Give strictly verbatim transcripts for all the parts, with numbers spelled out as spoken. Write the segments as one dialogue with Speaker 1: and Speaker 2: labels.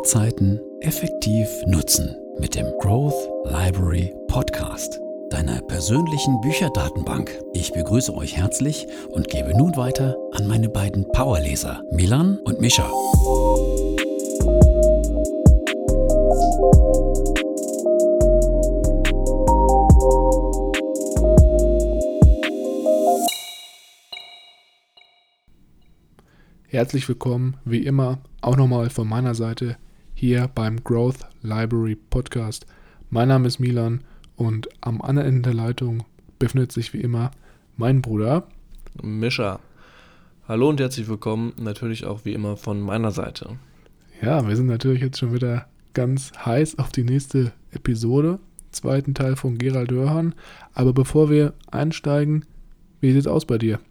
Speaker 1: Zeiten effektiv nutzen mit dem Growth Library Podcast, deiner persönlichen Bücherdatenbank. Ich begrüße euch herzlich und gebe nun weiter an meine beiden Powerleser, Milan und Mischa.
Speaker 2: Herzlich willkommen, wie immer, auch nochmal von meiner Seite hier beim Growth Library Podcast. Mein Name ist Milan und am anderen Ende der Leitung befindet sich wie immer mein Bruder
Speaker 3: Mischa. Hallo und herzlich willkommen, natürlich auch wie immer von meiner Seite.
Speaker 2: Ja, wir sind natürlich jetzt schon wieder ganz heiß auf die nächste Episode, zweiten Teil von Gerald Hörhan. Aber bevor wir einsteigen, wie sieht es aus bei dir?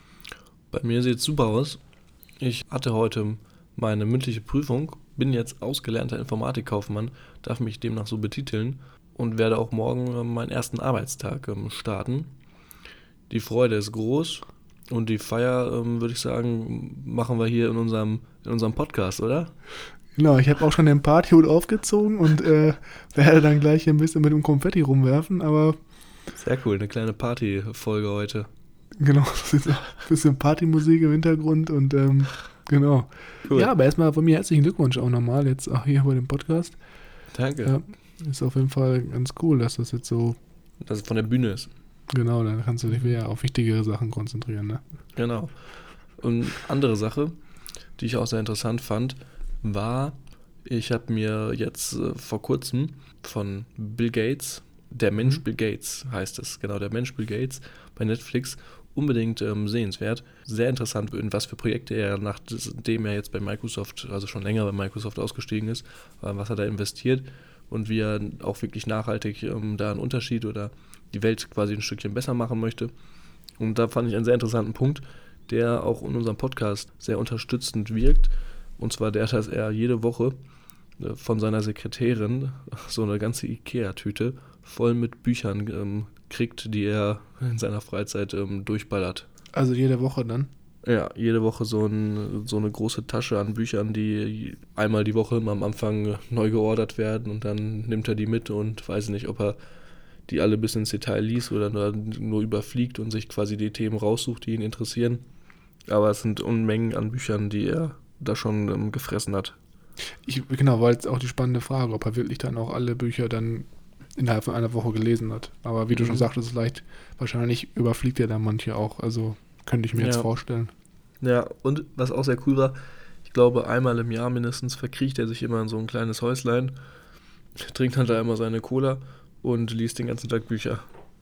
Speaker 3: Bei mir sieht es super aus. Ich hatte heute meine mündliche Prüfung, bin jetzt ausgelernter Informatikkaufmann, darf mich demnach so betiteln und werde auch morgen meinen ersten Arbeitstag starten. Die Freude ist groß und die Feier, würde ich sagen, machen wir hier in unserem, in unserem Podcast, oder?
Speaker 2: Genau, ich habe auch schon den Partyhut aufgezogen und äh, werde dann gleich ein bisschen mit dem Konfetti rumwerfen, aber...
Speaker 3: Sehr cool, eine kleine Partyfolge heute.
Speaker 2: Genau, das ist auch ein bisschen Partymusik im Hintergrund und ähm, genau. Cool. Ja, aber erstmal von mir herzlichen Glückwunsch auch nochmal, jetzt auch hier bei dem Podcast.
Speaker 3: Danke.
Speaker 2: Ja, ist auf jeden Fall ganz cool, dass das jetzt so...
Speaker 3: Dass es von der Bühne ist.
Speaker 2: Genau, dann kannst du dich wieder auf wichtigere Sachen konzentrieren, ne?
Speaker 3: Genau. Und andere Sache, die ich auch sehr interessant fand, war, ich habe mir jetzt äh, vor kurzem von Bill Gates, der Mensch Bill Gates heißt es, genau, der Mensch Bill Gates bei Netflix, unbedingt ähm, sehenswert. Sehr interessant, in was für Projekte er, nachdem er jetzt bei Microsoft, also schon länger bei Microsoft ausgestiegen ist, äh, was er da investiert und wie er auch wirklich nachhaltig ähm, da einen Unterschied oder die Welt quasi ein Stückchen besser machen möchte. Und da fand ich einen sehr interessanten Punkt, der auch in unserem Podcast sehr unterstützend wirkt. Und zwar der, dass er jede Woche äh, von seiner Sekretärin so eine ganze Ikea-Tüte voll mit Büchern ähm, kriegt, die er in seiner Freizeit ähm, durchballert.
Speaker 2: Also jede Woche dann?
Speaker 3: Ja, jede Woche so, ein, so eine große Tasche an Büchern, die einmal die Woche immer am Anfang neu geordert werden und dann nimmt er die mit und weiß nicht, ob er die alle bis ins Detail liest oder nur, nur überfliegt und sich quasi die Themen raussucht, die ihn interessieren. Aber es sind Unmengen an Büchern, die er da schon ähm, gefressen hat.
Speaker 2: Ich, genau, war jetzt auch die spannende Frage, ob er wirklich dann auch alle Bücher dann innerhalb von einer Woche gelesen hat. Aber wie mhm. du schon sagtest, vielleicht wahrscheinlich überfliegt er dann manche auch. Also könnte ich mir ja. jetzt vorstellen.
Speaker 3: Ja, und was auch sehr cool war, ich glaube einmal im Jahr mindestens verkriecht er sich immer in so ein kleines Häuslein, trinkt dann da immer seine Cola und liest den ganzen Tag Bücher.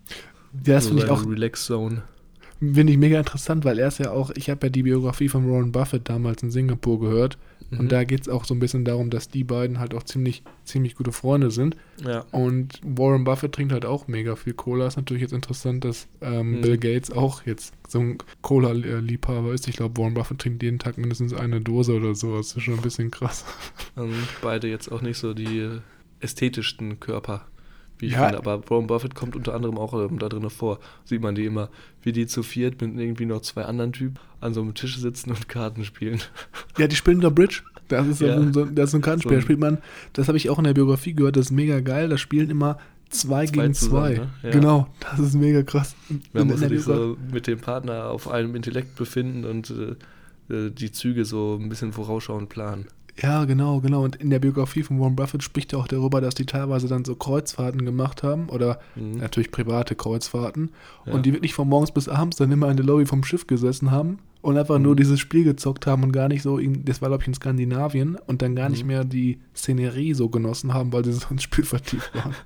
Speaker 2: Ja, das
Speaker 3: so
Speaker 2: finde ich auch...
Speaker 3: Relax-Zone.
Speaker 2: Finde ich mega interessant, weil er ist ja auch, ich habe ja die Biografie von Warren Buffett damals in Singapur gehört mhm. und da geht es auch so ein bisschen darum, dass die beiden halt auch ziemlich, ziemlich gute Freunde sind.
Speaker 3: Ja.
Speaker 2: Und Warren Buffett trinkt halt auch mega viel Cola. Ist natürlich jetzt interessant, dass ähm, mhm. Bill Gates auch jetzt so ein Cola-Liebhaber ist. Ich glaube, Warren Buffett trinkt jeden Tag mindestens eine Dose oder so. Das ist schon ein bisschen krass.
Speaker 3: Also beide jetzt auch nicht so die ästhetischsten Körper. Wie ich
Speaker 2: ja.
Speaker 3: finde, aber Warren Buffett kommt unter anderem auch ähm, da drin vor. Sieht man die immer, wie die zu viert mit irgendwie noch zwei anderen Typen an so einem Tisch sitzen und Karten spielen.
Speaker 2: Ja, die spielen da Bridge. Das ist,
Speaker 3: ja.
Speaker 2: so, das ist so ein Kartenspiel. Da spielt man, das habe ich auch in der Biografie gehört, das ist mega geil. Da spielen immer zwei, zwei gegen zusammen, zwei. Ne? Ja. Genau, das ist mega krass.
Speaker 3: Man muss sich so mit dem Partner auf einem Intellekt befinden und äh, die Züge so ein bisschen vorausschauend planen.
Speaker 2: Ja, genau, genau. Und in der Biografie von Warren Buffett spricht er auch darüber, dass die teilweise dann so Kreuzfahrten gemacht haben oder mhm. natürlich private Kreuzfahrten ja. und die wirklich von morgens bis abends dann immer in der Lobby vom Schiff gesessen haben und einfach mhm. nur dieses Spiel gezockt haben und gar nicht so, in, das war glaube ich in Skandinavien und dann gar mhm. nicht mehr die Szenerie so genossen haben, weil sie so ins Spiel vertieft waren.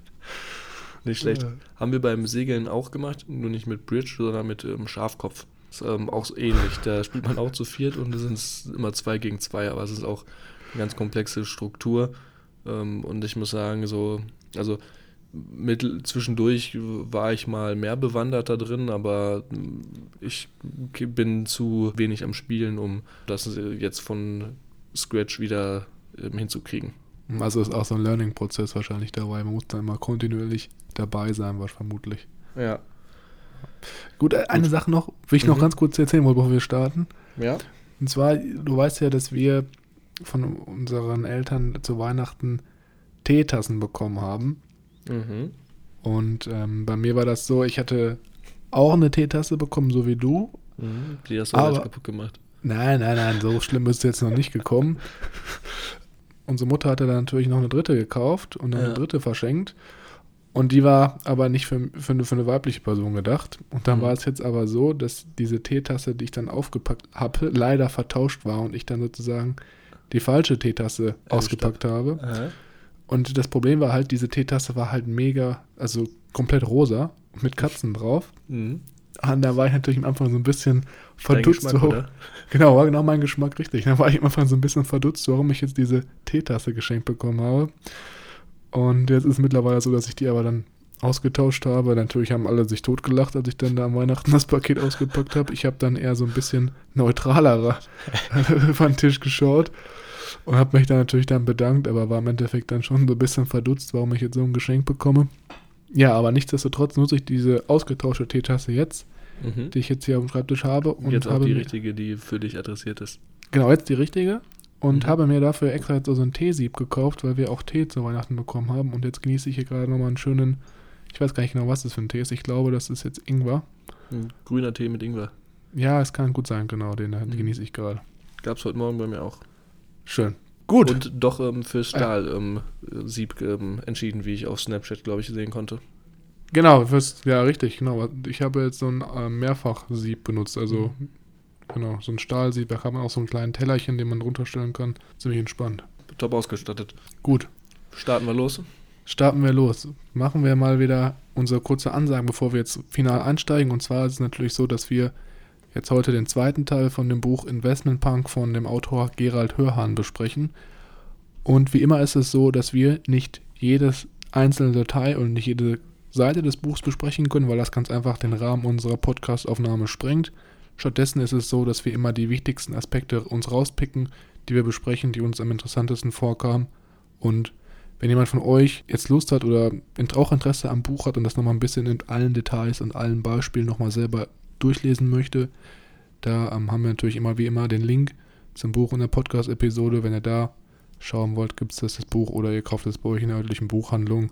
Speaker 3: Nicht schlecht. Ja. Haben wir beim Segeln auch gemacht, nur nicht mit Bridge, sondern mit ähm, Schafkopf. Ist ähm, auch so ähnlich. Da spielt man auch zu viert und es sind immer zwei gegen zwei, aber es ist auch eine ganz komplexe Struktur. Ähm, und ich muss sagen, so, also mit, zwischendurch war ich mal mehr bewandert da drin, aber ich bin zu wenig am Spielen, um das jetzt von Scratch wieder ähm, hinzukriegen.
Speaker 2: Also ist auch so ein Learning-Prozess wahrscheinlich dabei. Man muss dann immer kontinuierlich dabei sein, was vermutlich.
Speaker 3: Ja.
Speaker 2: Gut, eine Gut. Sache noch, will ich noch mhm. ganz kurz erzählen, bevor wir starten.
Speaker 3: Ja.
Speaker 2: Und zwar, du weißt ja, dass wir von unseren Eltern zu Weihnachten Teetassen bekommen haben.
Speaker 3: Mhm.
Speaker 2: Und ähm, bei mir war das so, ich hatte auch eine Teetasse bekommen, so wie du.
Speaker 3: Mhm. Die hast du aber kaputt gemacht.
Speaker 2: Nein, nein, nein, so schlimm ist es jetzt noch nicht gekommen. Unsere Mutter hatte dann natürlich noch eine dritte gekauft und eine ja. dritte verschenkt. Und die war aber nicht für, für, eine, für eine weibliche Person gedacht. Und dann mhm. war es jetzt aber so, dass diese Teetasse, die ich dann aufgepackt habe, leider vertauscht war und ich dann sozusagen die falsche Teetasse äh, ausgepackt stopp. habe. Aha. Und das Problem war halt, diese Teetasse war halt mega, also komplett rosa, mit Katzen drauf. Mhm. Und da war ich natürlich am Anfang so ein bisschen verdutzt.
Speaker 3: Dein Geschmack, oder?
Speaker 2: Genau, war genau mein Geschmack, richtig. Da war ich am Anfang so ein bisschen verdutzt, warum ich jetzt diese Teetasse geschenkt bekommen habe. Und jetzt ist es mittlerweile so, dass ich die aber dann ausgetauscht habe. Natürlich haben alle sich totgelacht, als ich dann da am Weihnachten das Paket ausgepackt habe. Ich habe dann eher so ein bisschen neutralerer auf den Tisch geschaut und habe mich dann natürlich dann bedankt, aber war im Endeffekt dann schon so ein bisschen verdutzt, warum ich jetzt so ein Geschenk bekomme. Ja, aber nichtsdestotrotz nutze ich diese ausgetauschte Teetasse jetzt, mhm. die ich jetzt hier auf dem Schreibtisch habe. Und
Speaker 3: jetzt auch
Speaker 2: habe
Speaker 3: die
Speaker 2: mir,
Speaker 3: richtige, die für dich adressiert ist.
Speaker 2: Genau, jetzt die richtige. Und
Speaker 3: mhm.
Speaker 2: habe mir dafür extra jetzt so ein Teesieb gekauft, weil wir auch Tee zu Weihnachten bekommen haben. Und jetzt genieße ich hier gerade nochmal einen schönen, ich weiß gar nicht genau, was das für ein Tee ist. Ich glaube, das ist jetzt Ingwer.
Speaker 3: Ein grüner Tee mit Ingwer.
Speaker 2: Ja, es kann gut sein, genau, den
Speaker 3: mhm.
Speaker 2: genieße ich gerade.
Speaker 3: Gab es heute Morgen bei mir auch.
Speaker 2: Schön. Gut.
Speaker 3: Und doch ähm, für Stahl-Sieb ähm, ähm, entschieden, wie ich auf Snapchat, glaube ich, sehen konnte.
Speaker 2: Genau, fürs, ja, richtig, genau. Ich habe jetzt so ein äh, Mehrfach-Sieb benutzt, also mhm. genau, so ein Stahlsieb, da kann man auch so einen kleinen Tellerchen, den man drunter stellen kann. Ziemlich entspannt.
Speaker 3: Top ausgestattet.
Speaker 2: Gut.
Speaker 3: Starten wir los?
Speaker 2: Starten wir los. Machen wir mal wieder unsere kurze Ansagen, bevor wir jetzt final einsteigen. Und zwar ist es natürlich so, dass wir jetzt heute den zweiten Teil von dem Buch Investment Punk von dem Autor Gerald Hörhan besprechen. Und wie immer ist es so, dass wir nicht jedes einzelne Detail und nicht jede Seite des Buchs besprechen können, weil das ganz einfach den Rahmen unserer Podcast-Aufnahme sprengt. Stattdessen ist es so, dass wir immer die wichtigsten Aspekte uns rauspicken, die wir besprechen, die uns am interessantesten vorkamen. Und wenn jemand von euch jetzt Lust hat oder auch Interesse am Buch hat und das nochmal ein bisschen in allen Details und allen Beispielen nochmal selber durchlesen möchte, da ähm, haben wir natürlich immer wie immer den Link zum Buch in der Podcast-Episode. Wenn ihr da schauen wollt, gibt es das, das Buch oder ihr kauft es bei euch in der örtlichen Buchhandlung.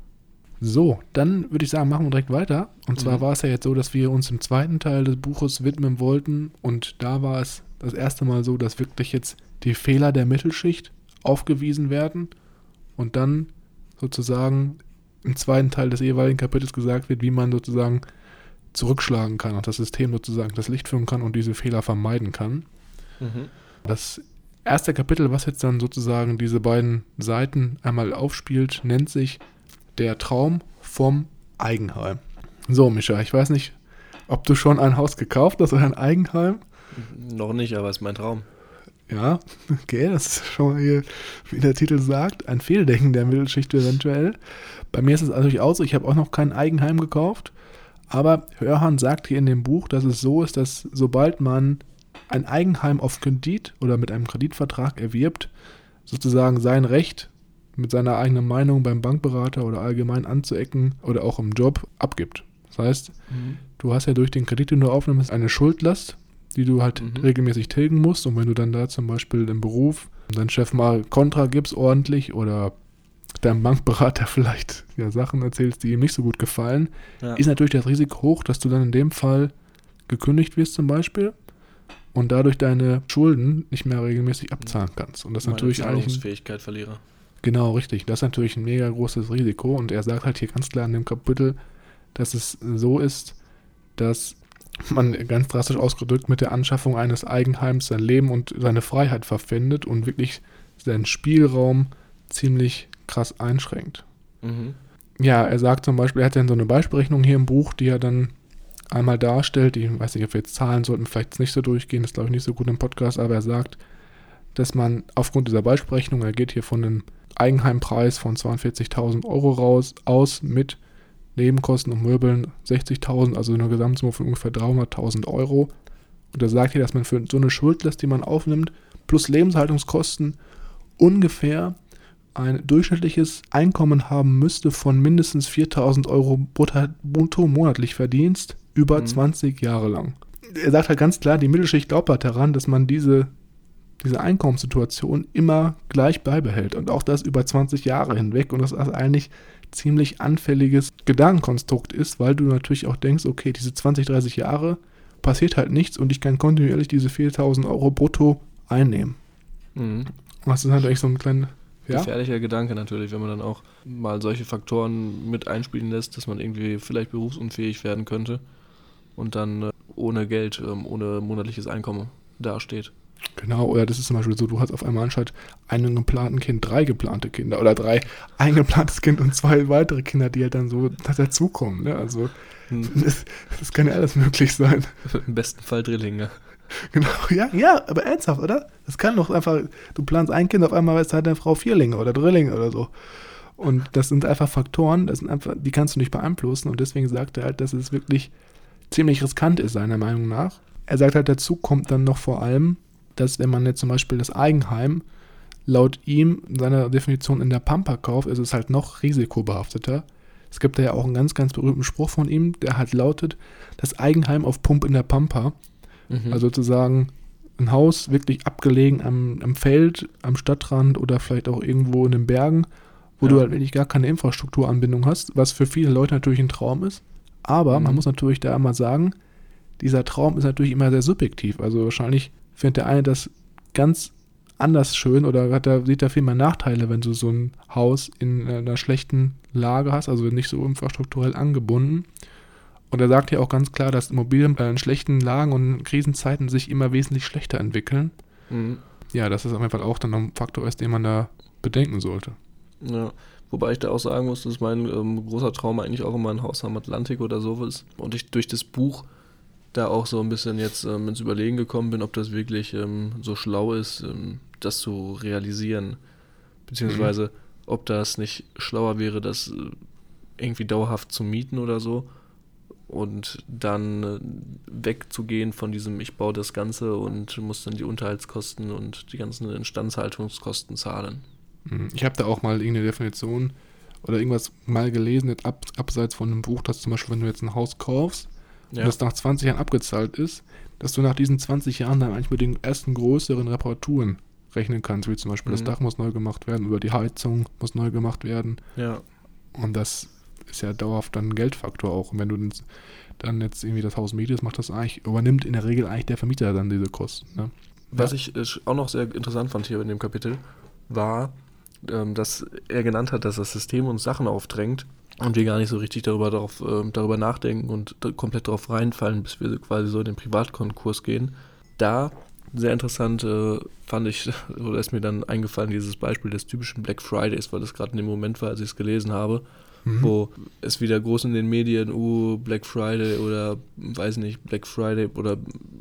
Speaker 2: So, dann würde ich sagen, machen wir direkt weiter. Und zwar mhm. war es ja jetzt so, dass wir uns im zweiten Teil des Buches widmen wollten. Und da war es das erste Mal so, dass wirklich jetzt die Fehler der Mittelschicht aufgewiesen werden. Und dann sozusagen im zweiten Teil des jeweiligen Kapitels gesagt wird, wie man sozusagen zurückschlagen kann und das System sozusagen das Licht führen kann und diese Fehler vermeiden kann. Mhm. Das erste Kapitel, was jetzt dann sozusagen diese beiden Seiten einmal aufspielt, nennt sich Der Traum vom Eigenheim. So, Micha, ich weiß nicht, ob du schon ein Haus gekauft hast oder ein Eigenheim?
Speaker 3: Noch nicht, aber es ist mein Traum.
Speaker 2: Ja, okay, das ist schon mal hier, wie der Titel sagt, ein Fehldenken der Mittelschicht eventuell. Bei mir ist es natürlich auch so, ich habe auch noch kein Eigenheim gekauft, aber Hörhan sagt hier in dem Buch, dass es so ist, dass sobald man ein Eigenheim auf Kredit oder mit einem Kreditvertrag erwirbt, sozusagen sein Recht mit seiner eigenen Meinung beim Bankberater oder allgemein anzuecken oder auch im Job abgibt. Das heißt, mhm. du hast ja durch den Kredit, den du aufnimmst, eine Schuldlast, die du halt mhm. regelmäßig tilgen musst. Und wenn du dann da zum Beispiel im Beruf deinem Chef mal Kontra gibst ordentlich oder deinem Bankberater vielleicht ja, Sachen erzählst, die ihm nicht so gut gefallen, ja. ist natürlich das Risiko hoch, dass du dann in dem Fall gekündigt wirst zum Beispiel und dadurch deine Schulden nicht mehr regelmäßig abzahlen kannst. Und das ist natürlich eigentlich
Speaker 3: Zahlungsfähigkeit verliere.
Speaker 2: Genau, richtig. Das ist natürlich ein mega großes Risiko. Und er sagt halt hier ganz klar in dem Kapitel, dass es so ist, dass man ganz drastisch ausgedrückt mit der Anschaffung eines Eigenheims sein Leben und seine Freiheit verpfändet und wirklich seinen Spielraum ziemlich krass einschränkt. Mhm. Ja, er sagt zum Beispiel, er hat dann so eine Beispielrechnung hier im Buch, die er dann einmal darstellt. Ich weiß nicht, ob wir jetzt Zahlen sollten, vielleicht nicht so durchgehen, das ist glaube ich nicht so gut im Podcast, aber er sagt, dass man aufgrund dieser Beispielrechnung, er geht hier von einem Eigenheimpreis von zweiundvierzigtausend Euro raus, aus mit Nebenkosten und Möbeln sechzigtausend, also eine Gesamtsumme von ungefähr dreihunderttausend Euro. Und er sagt hier, dass man für so eine Schuldlast, die man aufnimmt, plus Lebenshaltungskosten ungefähr ein durchschnittliches Einkommen haben müsste von mindestens viertausend Euro brutto monatlich Verdienst über mhm. zwanzig Jahre lang. Er sagt halt ganz klar, die Mittelschicht glaubt halt daran, dass man diese diese Einkommenssituation immer gleich beibehält und auch das über zwanzig Jahre hinweg und das ist eigentlich ziemlich anfälliges Gedankenkonstrukt ist, weil du natürlich auch denkst, okay, diese zwanzig, dreißig Jahre passiert halt nichts und ich kann kontinuierlich diese viertausend Euro brutto einnehmen.
Speaker 3: Mhm.
Speaker 2: Das ist halt echt so ein kleiner... Ja?
Speaker 3: Gefährlicher Gedanke natürlich, wenn man dann auch mal solche Faktoren mit einspielen lässt, dass man irgendwie vielleicht berufsunfähig werden könnte und dann äh, ohne Geld, ähm, ohne monatliches Einkommen dasteht.
Speaker 2: Genau, oder das ist zum Beispiel so, du hast auf einmal anstatt einem geplanten Kind drei geplante Kinder oder drei ein geplantes Kind und zwei weitere Kinder, die halt dann so dazukommen. Ne? Also hm. das, das kann ja alles möglich sein.
Speaker 3: Im besten Fall Drillinge.
Speaker 2: Genau, ja, ja, aber ernsthaft, oder? Das kann doch einfach, du planst ein Kind, auf einmal ist halt deine Frau Vierlinge oder Drillinge oder so. Und das sind einfach Faktoren, das sind einfach, die kannst du nicht beeinflussen und deswegen sagt er halt, dass es wirklich ziemlich riskant ist, seiner Meinung nach. Er sagt halt, dazu kommt dann noch vor allem, dass wenn man jetzt zum Beispiel das Eigenheim laut ihm, seiner Definition in der Pampa kauft, ist es halt noch risikobehafteter. Es gibt da ja auch einen ganz, ganz berühmten Spruch von ihm, der halt lautet, das Eigenheim auf Pump in der Pampa. Mhm. Also sozusagen ein Haus wirklich abgelegen am, am Feld, am Stadtrand oder vielleicht auch irgendwo in den Bergen, wo ja. du halt wirklich gar keine Infrastrukturanbindung hast, was für viele Leute natürlich ein Traum ist. Aber mhm. man muss natürlich da einmal sagen, dieser Traum ist natürlich immer sehr subjektiv. Also wahrscheinlich findet der eine das ganz anders schön oder hat da, sieht da viel mehr Nachteile, wenn du so ein Haus in einer schlechten Lage hast, also nicht so infrastrukturell angebunden. Und er sagt ja auch ganz klar, dass Immobilien in schlechten Lagen und Krisenzeiten sich immer wesentlich schlechter entwickeln. Mhm. Ja, dass das auf jeden Fall auch dann ein Faktor ist, den man da bedenken sollte.
Speaker 3: Ja, wobei ich da auch sagen muss, dass mein ähm, großer Traum eigentlich auch immer ein Haus am Atlantik oder so ist. Und ich durch das Buch da auch so ein bisschen jetzt ähm, ins Überlegen gekommen bin, ob das wirklich ähm, so schlau ist, ähm, das zu realisieren. Beziehungsweise, mhm. ob das nicht schlauer wäre, das äh, irgendwie dauerhaft zu mieten oder so und dann äh, wegzugehen von diesem, ich baue das Ganze und muss dann die Unterhaltskosten und die ganzen Instandhaltungskosten zahlen.
Speaker 2: Ich habe da auch mal irgendeine Definition oder irgendwas mal gelesen, ab, abseits von einem Buch, dass zum Beispiel, wenn du jetzt ein Haus kaufst, ja. und das nach zwanzig Jahren abgezahlt ist, dass du nach diesen zwanzig Jahren dann eigentlich mit den ersten größeren Reparaturen rechnen kannst, wie zum Beispiel mhm. das Dach muss neu gemacht werden oder die Heizung muss neu gemacht werden.
Speaker 3: Ja.
Speaker 2: Und das ist ja dauerhaft dann ein Geldfaktor auch. Und wenn du dann jetzt irgendwie das Haus mietest, macht das eigentlich, übernimmt in der Regel eigentlich der Vermieter dann diese Kosten. Ne?
Speaker 3: Was
Speaker 2: ja.
Speaker 3: ich auch noch sehr interessant fand hier in dem Kapitel, war, ähm, dass er genannt hat, dass das System uns Sachen aufdrängt, und wir gar nicht so richtig darüber, darauf, äh, darüber nachdenken und da komplett darauf reinfallen, bis wir quasi so in den Privatkonkurs gehen. Da, sehr interessant, äh, fand ich, oder ist mir dann eingefallen, dieses Beispiel des typischen Black Fridays, weil das gerade in dem Moment war, als ich es gelesen habe, mhm. wo es wieder groß in den Medien, uh, Black Friday oder, weiß nicht, Black Friday oder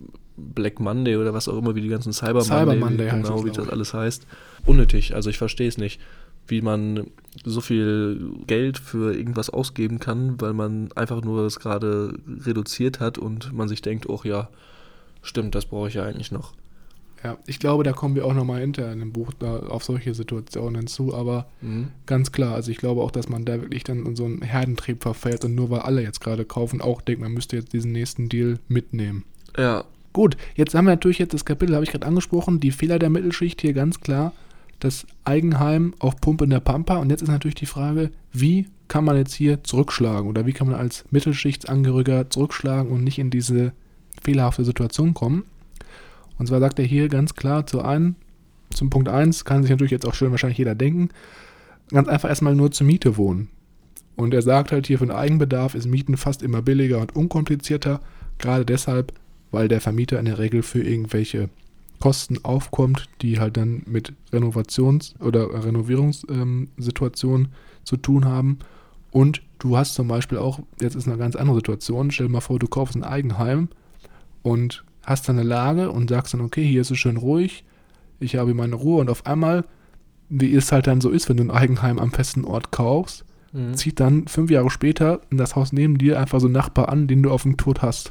Speaker 3: Black Monday oder was auch immer, wie die ganzen Cyber,
Speaker 2: Cyber
Speaker 3: Monday,
Speaker 2: Monday
Speaker 3: wie, genau, wie das alles heißt. Unnötig, also ich verstehe es nicht, wie man so viel Geld für irgendwas ausgeben kann, weil man einfach nur das gerade reduziert hat und man sich denkt, oh ja, stimmt, das brauche ich ja eigentlich noch.
Speaker 2: Ja, ich glaube, da kommen wir auch nochmal hinter in dem Buch da auf solche Situationen hinzu, aber mhm. ganz klar, also ich glaube auch, dass man da wirklich dann in so einen Herdentrieb verfällt und nur weil alle jetzt gerade kaufen, auch denkt, man müsste jetzt diesen nächsten Deal mitnehmen.
Speaker 3: Ja.
Speaker 2: Gut, jetzt haben wir natürlich jetzt das Kapitel, habe ich gerade angesprochen, die Fehler der Mittelschicht hier ganz klar, das Eigenheim auf Pump in der Pampa, und jetzt ist natürlich die Frage, wie kann man jetzt hier zurückschlagen oder wie kann man als Mittelschichtsangehöriger zurückschlagen und nicht in diese fehlerhafte Situation kommen. Und zwar sagt er hier ganz klar zu einem, zum Punkt eins, kann sich natürlich jetzt auch schön wahrscheinlich jeder denken, ganz einfach erstmal nur zur Miete wohnen. Und er sagt halt hier, für den Eigenbedarf ist Mieten fast immer billiger und unkomplizierter, gerade deshalb, weil der Vermieter in der Regel für irgendwelche Kosten aufkommt, die halt dann mit Renovations- oder Renovierungssituationen ähm, zu tun haben. Und du hast zum Beispiel auch, jetzt ist eine ganz andere Situation, stell dir mal vor, du kaufst ein Eigenheim und hast dann eine Lage und sagst dann, okay, hier ist es schön ruhig, ich habe meine Ruhe, und auf einmal, wie es halt dann so ist, wenn du ein Eigenheim am festen Ort kaufst, mhm. zieht dann fünf Jahre später in das Haus neben dir einfach so ein Nachbar an, den du auf dem Tod hast.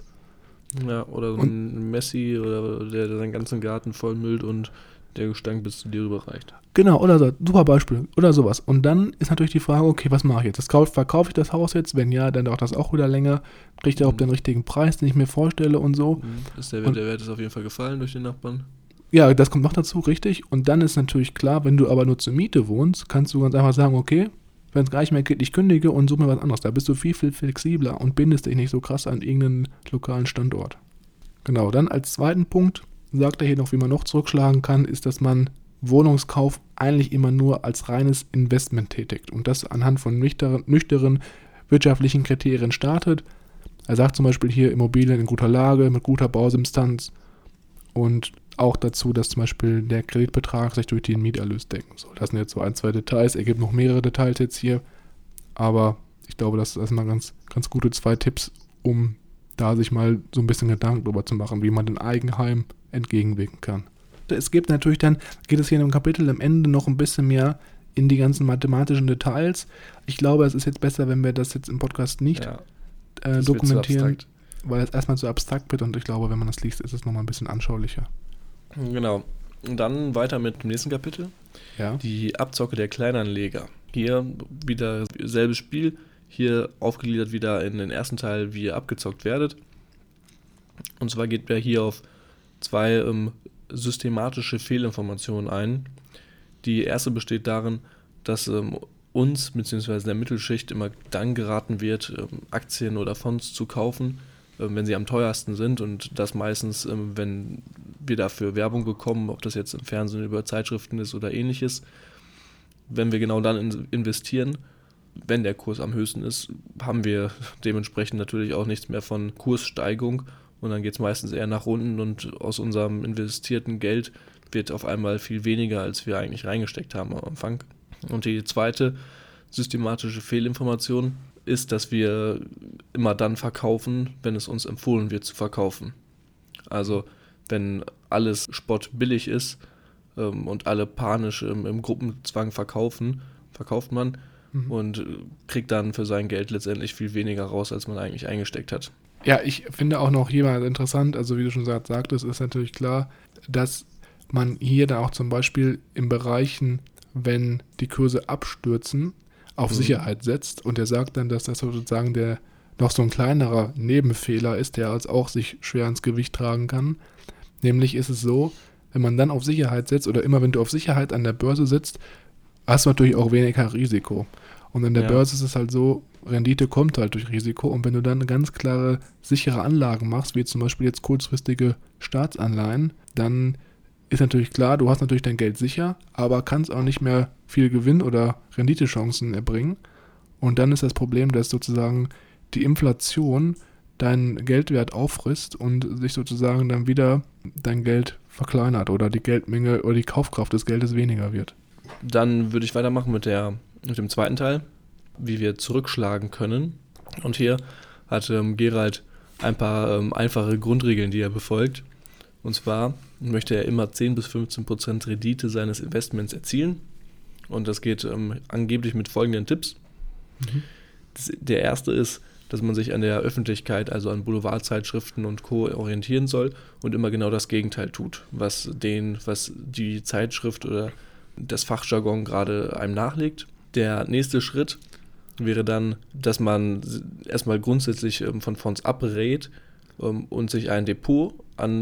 Speaker 3: Ja, oder so ein Messi, oder der, der seinen ganzen Garten vollmüllt und der Gestank bis zu dir rüber reicht.
Speaker 2: Genau, oder so, super Beispiel, oder sowas. Und dann ist natürlich die Frage, okay, was mache ich jetzt? Das kauf, verkaufe ich das Haus jetzt? Wenn ja, dann dauert das auch wieder länger. Kriegt er auch mhm. den richtigen Preis, den ich mir vorstelle und so.
Speaker 3: Mhm. Ist der, und, der Wert ist auf jeden Fall gefallen durch den Nachbarn?
Speaker 2: Ja, das kommt noch dazu, richtig. Und dann ist natürlich klar, wenn du aber nur zur Miete wohnst, kannst du ganz einfach sagen, okay, wenn es gar nicht mehr geht, ich kündige und suche mir was anderes. Da bist du viel, viel flexibler und bindest dich nicht so krass an irgendeinen lokalen Standort. Genau, dann als zweiten Punkt sagt er hier noch, wie man noch zurückschlagen kann, ist, dass man Wohnungskauf eigentlich immer nur als reines Investment tätigt und das anhand von nüchtern, nüchternen wirtschaftlichen Kriterien startet. Er sagt zum Beispiel hier Immobilien in guter Lage, mit guter Bausubstanz und auch dazu, dass zum Beispiel der Kreditbetrag sich durch den Mieterlös decken soll. Das sind jetzt so ein, zwei Details. Er gibt noch mehrere Details jetzt hier, aber ich glaube, das ist mal ganz, ganz gute zwei Tipps, um da sich mal so ein bisschen Gedanken drüber zu machen, wie man dem Eigenheim entgegenwirken kann. Es gibt natürlich dann, geht es hier in dem Kapitel am Ende noch ein bisschen mehr in die ganzen mathematischen Details. Ich glaube, es ist jetzt besser, wenn wir das jetzt im Podcast nicht
Speaker 3: Ja,
Speaker 2: äh, dokumentieren, weil es erstmal so abstrakt wird und ich glaube, wenn man das liest, ist es nochmal ein bisschen anschaulicher.
Speaker 3: Genau. Und dann weiter mit dem nächsten Kapitel.
Speaker 2: Ja.
Speaker 3: Die Abzocke der Kleinanleger. Hier wieder selbes Spiel. Hier aufgegliedert wieder in den ersten Teil, wie ihr abgezockt werdet. Und zwar geht er hier auf zwei ähm, systematische Fehlinformationen ein. Die erste besteht darin, dass ähm, uns bzw. der Mittelschicht immer dann geraten wird, ähm, Aktien oder Fonds zu kaufen, ähm, wenn sie am teuersten sind und das meistens, ähm, wenn wir dafür Werbung bekommen, ob das jetzt im Fernsehen über Zeitschriften ist oder ähnliches, wenn wir genau dann in- investieren, wenn der Kurs am höchsten ist, haben wir dementsprechend natürlich auch nichts mehr von Kurssteigung und dann geht es meistens eher nach unten und aus unserem investierten Geld wird auf einmal viel weniger, als wir eigentlich reingesteckt haben am Anfang. Und die zweite systematische Fehlinformation ist, dass wir immer dann verkaufen, wenn es uns empfohlen wird zu verkaufen. Also wenn alles spottbillig ist ähm, und alle panisch im, im Gruppenzwang verkaufen, verkauft man mhm. und äh, kriegt dann für sein Geld letztendlich viel weniger raus, als man eigentlich eingesteckt hat.
Speaker 2: Ja, ich finde auch noch hier mal interessant, also wie du schon gesagt, sagtest, ist natürlich klar, dass man hier da auch zum Beispiel in Bereichen, wenn die Kurse abstürzen, auf mhm. Sicherheit setzt und er sagt dann, dass das sozusagen der noch so ein kleinerer Nebenfehler ist, der als auch sich schwer ins Gewicht tragen kann. Nämlich ist es so, wenn man dann auf Sicherheit setzt oder immer wenn du auf Sicherheit an der Börse sitzt, hast du natürlich auch weniger Risiko. Und an der ja. Börse ist es halt so, Rendite kommt halt durch Risiko und wenn du dann ganz klare, sichere Anlagen machst, wie zum Beispiel jetzt kurzfristige Staatsanleihen, dann ist natürlich klar, du hast natürlich dein Geld sicher, aber kannst auch nicht mehr viel Gewinn oder Renditechancen erbringen. Und dann ist das Problem, dass sozusagen die Inflation deinen Geldwert auffrisst und sich sozusagen dann wieder dein Geld verkleinert oder die Geldmenge oder die Kaufkraft des Geldes weniger wird.
Speaker 3: Dann würde ich weitermachen mit, der, mit dem zweiten Teil, wie wir zurückschlagen können. Und hier hat ähm, Gerald ein paar ähm, einfache Grundregeln, die er befolgt. Und zwar möchte er immer zehn bis fünfzehn Prozent Rendite seines Investments erzielen. Und das geht ähm, angeblich mit folgenden Tipps. Mhm. Das, der erste ist, dass man sich an der Öffentlichkeit, also an Boulevardzeitschriften und Co. orientieren soll und immer genau das Gegenteil tut, was den, was die Zeitschrift oder das Fachjargon gerade einem nachlegt. Der nächste Schritt wäre dann, dass man erstmal grundsätzlich ähm, von Fonds abrät ähm, und sich ein Depot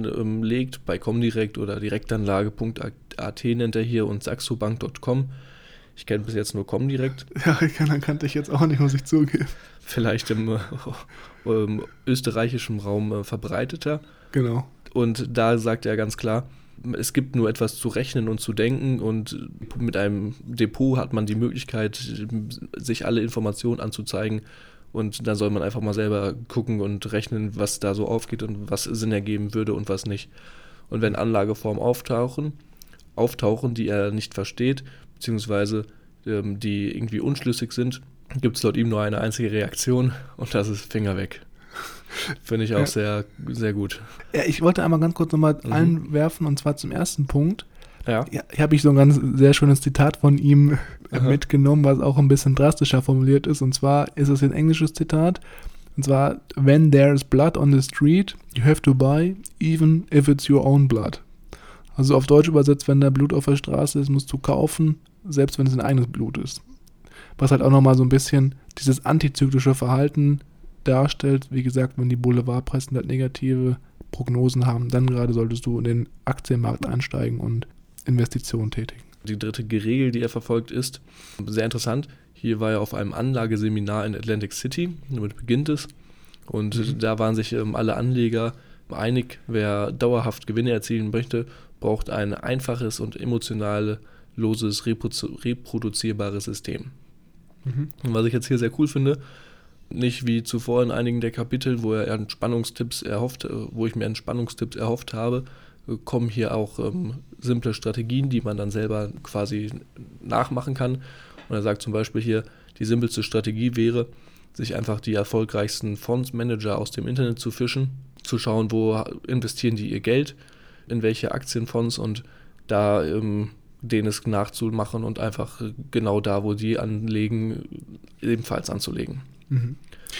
Speaker 3: anlegt bei Comdirect oder Direktanlage punkt a t nennt er hier und saxo bank punkt com. Ich kenne bis jetzt nur Comdirect.
Speaker 2: Ja, kann, kannte ich jetzt auch nicht, muss ich zugeben.
Speaker 3: Vielleicht im äh, äh, österreichischen Raum äh, verbreiteter.
Speaker 2: Genau.
Speaker 3: Und da sagt er ganz klar, es gibt nur etwas zu rechnen und zu denken und mit einem Depot hat man die Möglichkeit, sich alle Informationen anzuzeigen und dann soll man einfach mal selber gucken und rechnen, was da so aufgeht und was Sinn ergeben würde und was nicht. Und wenn Anlageformen auftauchen, auftauchen, die er nicht versteht, beziehungsweise ähm, die irgendwie unschlüssig sind, gibt es laut ihm nur eine einzige Reaktion und das ist Finger weg. Finde ich auch ja. sehr, sehr gut.
Speaker 2: Ja, ich wollte einmal ganz kurz nochmal mhm. einwerfen und zwar zum ersten Punkt.
Speaker 3: Ja.
Speaker 2: Ja, hier habe ich so ein ganz sehr schönes Zitat von ihm
Speaker 3: Aha.
Speaker 2: mitgenommen, was auch ein bisschen drastischer formuliert ist. Und zwar ist es ein englisches Zitat. Und zwar, when there's blood on the street, you have to buy, even if it's your own blood. Also auf Deutsch übersetzt, wenn da Blut auf der Straße ist, musst du kaufen, selbst wenn es dein eigenes Blut ist. Was halt auch nochmal so ein bisschen dieses antizyklische Verhalten darstellt. Wie gesagt, wenn die Boulevardpressen das negative Prognosen haben, dann gerade solltest du in den Aktienmarkt einsteigen und Investitionen tätigen.
Speaker 3: Die dritte Regel, die er verfolgt, ist sehr interessant. Hier war er auf einem Anlageseminar in Atlantic City, damit beginnt es. Und mhm. da waren sich ähm, alle Anleger einig, wer dauerhaft Gewinne erzielen möchte, braucht ein einfaches und emotional loses, reprodu- reproduzierbares System. Mhm. Und was ich jetzt hier sehr cool finde, nicht wie zuvor in einigen der Kapitel, wo er Entspannungstipps erhofft, wo ich mir Entspannungstipps erhofft habe, kommen hier auch ähm, simple Strategien, die man dann selber quasi nachmachen kann. Und er sagt zum Beispiel hier, die simpelste Strategie wäre, sich einfach die erfolgreichsten Fondsmanager aus dem Internet zu fischen, zu schauen, wo investieren die ihr Geld, in welche Aktienfonds und da ähm, denen es nachzumachen und einfach genau da, wo die anlegen, ebenfalls anzulegen.
Speaker 2: Mhm.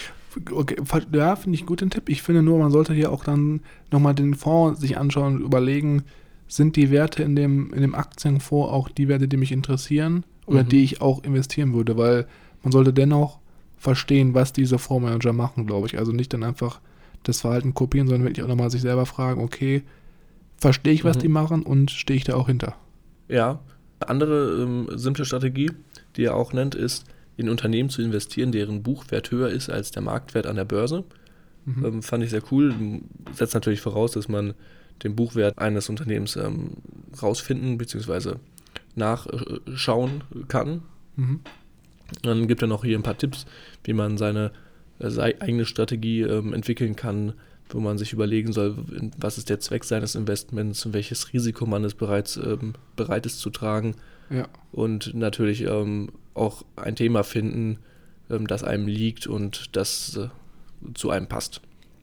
Speaker 2: Okay, ja, finde ich einen guten Tipp. Ich finde nur, man sollte hier auch dann nochmal den Fonds sich anschauen und überlegen, sind die Werte in dem, in dem Aktienfonds auch die Werte, die mich interessieren oder mhm. die ich auch investieren würde, weil man sollte dennoch verstehen, was diese Fondsmanager machen, glaube ich. Also nicht dann einfach das Verhalten kopieren, sondern wirklich auch nochmal sich selber fragen, okay, verstehe ich, was mhm. die machen und stehe ich da auch hinter?
Speaker 3: Ja, eine andere ähm, simple Strategie, die er auch nennt, ist, in Unternehmen zu investieren, deren Buchwert höher ist als der Marktwert an der Börse. Mhm. Ähm, fand ich sehr cool. Setzt natürlich voraus, dass man den Buchwert eines Unternehmens ähm, rausfinden bzw. nachschauen kann. Mhm. Dann gibt er noch hier ein paar Tipps, wie man seine, äh, seine eigene Strategie ähm, entwickeln kann, wo man sich überlegen soll, was ist der Zweck seines Investments und welches Risiko man es bereits ähm, bereit ist zu tragen.
Speaker 2: Ja.
Speaker 3: Und natürlich ähm, auch ein Thema finden, ähm, das einem liegt und das äh, zu einem passt.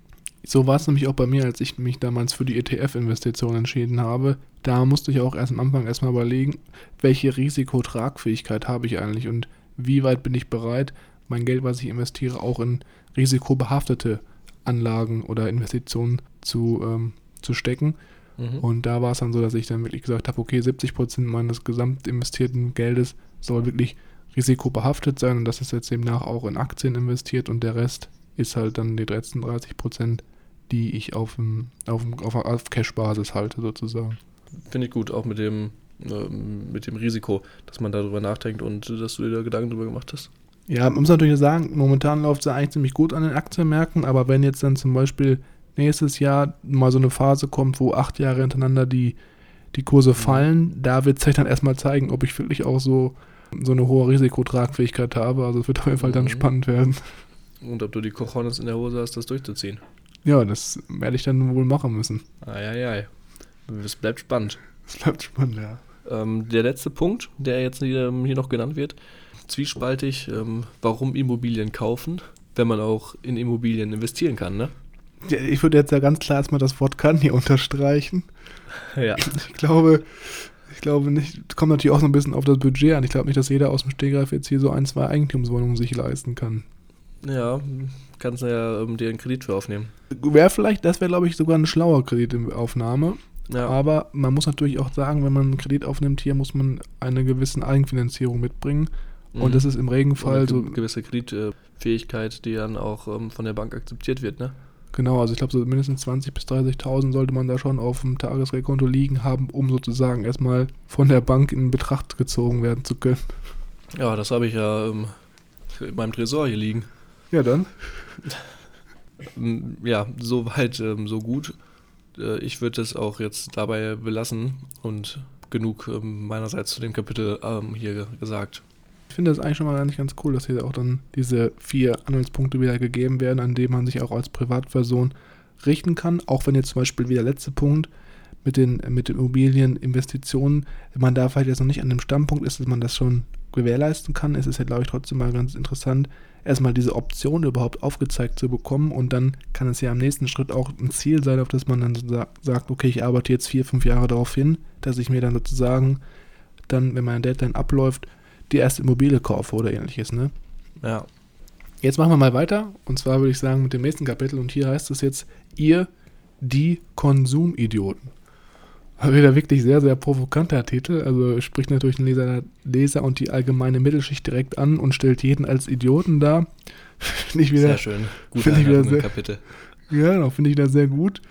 Speaker 2: So war es nämlich auch bei mir, als ich mich damals für die E T F-Investition entschieden habe. Da musste ich auch erst am Anfang erstmal überlegen, welche Risikotragfähigkeit habe ich eigentlich und wie weit bin ich bereit, mein Geld, was ich investiere, auch in risikobehaftete Anlagen oder Investitionen zu, ähm, zu stecken. Mhm. Und da war es dann so, dass ich dann wirklich gesagt habe, okay, siebzig Prozent meines gesamt investierten Geldes soll wirklich risikobehaftet sein und das ist jetzt demnach auch in Aktien investiert und der Rest ist halt dann die letzten dreißig Prozent, die ich auf, dem, auf, dem, auf, auf Cash-Basis halte sozusagen.
Speaker 3: Finde ich gut, auch mit dem, äh, mit dem Risiko, dass man darüber nachdenkt und dass du dir da Gedanken drüber gemacht hast.
Speaker 2: Ja, man muss natürlich sagen, momentan läuft es ja eigentlich ziemlich gut an den Aktienmärkten, aber wenn jetzt dann zum Beispiel nächstes Jahr mal so eine Phase kommt, wo acht Jahre hintereinander die, die Kurse fallen, da wird es sich dann erstmal zeigen, ob ich wirklich auch so, so eine hohe Risikotragfähigkeit habe. Also es wird auf jeden Fall dann mhm. spannend werden.
Speaker 3: Und ob du die Cojones in der Hose hast, das durchzuziehen.
Speaker 2: Ja, das werde ich dann wohl machen müssen.
Speaker 3: Eieiei. Es bleibt spannend.
Speaker 2: Es bleibt spannend, ja.
Speaker 3: Ähm, der letzte Punkt, der jetzt hier, hier noch genannt wird, zwiespaltig, ähm, warum Immobilien kaufen, wenn man auch in Immobilien investieren kann, ne?
Speaker 2: Ja, ich würde jetzt ja ganz klar erstmal das Wort kann hier unterstreichen.
Speaker 3: Ja.
Speaker 2: Ich glaube, ich glaube nicht, es kommt natürlich auch so ein bisschen auf das Budget an. Ich glaube nicht, dass jeder aus dem Stegreif jetzt hier so ein, zwei Eigentumswohnungen sich leisten kann.
Speaker 3: Ja, kannst du ja ähm, dir einen Kredit für aufnehmen.
Speaker 2: Wäre vielleicht, das wäre glaube ich sogar eine schlaue Kreditaufnahme. Ja. Aber man muss natürlich auch sagen, wenn man einen Kredit aufnimmt, hier muss man eine gewisse Eigenfinanzierung mitbringen. Mhm. Und das ist im Regenfall so.
Speaker 3: Eine gewisse Kreditfähigkeit, die dann auch ähm, von der Bank akzeptiert wird, ne?
Speaker 2: Genau, also ich glaube, so mindestens zwanzigtausend bis dreißigtausend sollte man da schon auf dem Tagesgeldkonto liegen haben, um sozusagen erstmal von der Bank in Betracht gezogen werden zu können.
Speaker 3: Ja, das habe ich ja ähm, in meinem Tresor hier liegen.
Speaker 2: Ja, dann.
Speaker 3: Ja, so weit, ähm, so gut. Äh, ich würde es auch jetzt dabei belassen und genug ähm, meinerseits zu dem Kapitel ähm, hier gesagt.
Speaker 2: Ich finde das eigentlich schon mal eigentlich ganz cool, dass hier auch dann diese vier Anhaltspunkte wieder gegeben werden, an denen man sich auch als Privatperson richten kann. Auch wenn jetzt zum Beispiel wie der letzte Punkt mit den, mit den Immobilieninvestitionen, wenn man da vielleicht jetzt noch nicht an dem Standpunkt ist, dass man das schon gewährleisten kann, ist es ja, glaube ich, trotzdem mal ganz interessant, erstmal diese Option überhaupt aufgezeigt zu bekommen und dann kann es ja am nächsten Schritt auch ein Ziel sein, auf das man dann so sagt, okay, ich arbeite jetzt vier, fünf Jahre darauf hin, dass ich mir dann sozusagen dann, wenn mein Deadline abläuft, die erste Immobilie kaufe oder ähnliches, ne?
Speaker 3: Ja.
Speaker 2: Jetzt machen wir mal weiter und zwar würde ich sagen mit dem nächsten Kapitel und hier heißt es jetzt, ihr, die Konsumidioten. Also wieder wirklich sehr, sehr provokanter Titel, also spricht natürlich den Leser, Leser und die allgemeine Mittelschicht direkt an und stellt jeden als Idioten dar. Finde ich wieder,
Speaker 3: sehr schön, gut
Speaker 2: finde ich wieder sehr,
Speaker 3: Kapitel.
Speaker 2: Ja, genau, finde ich wieder sehr gut.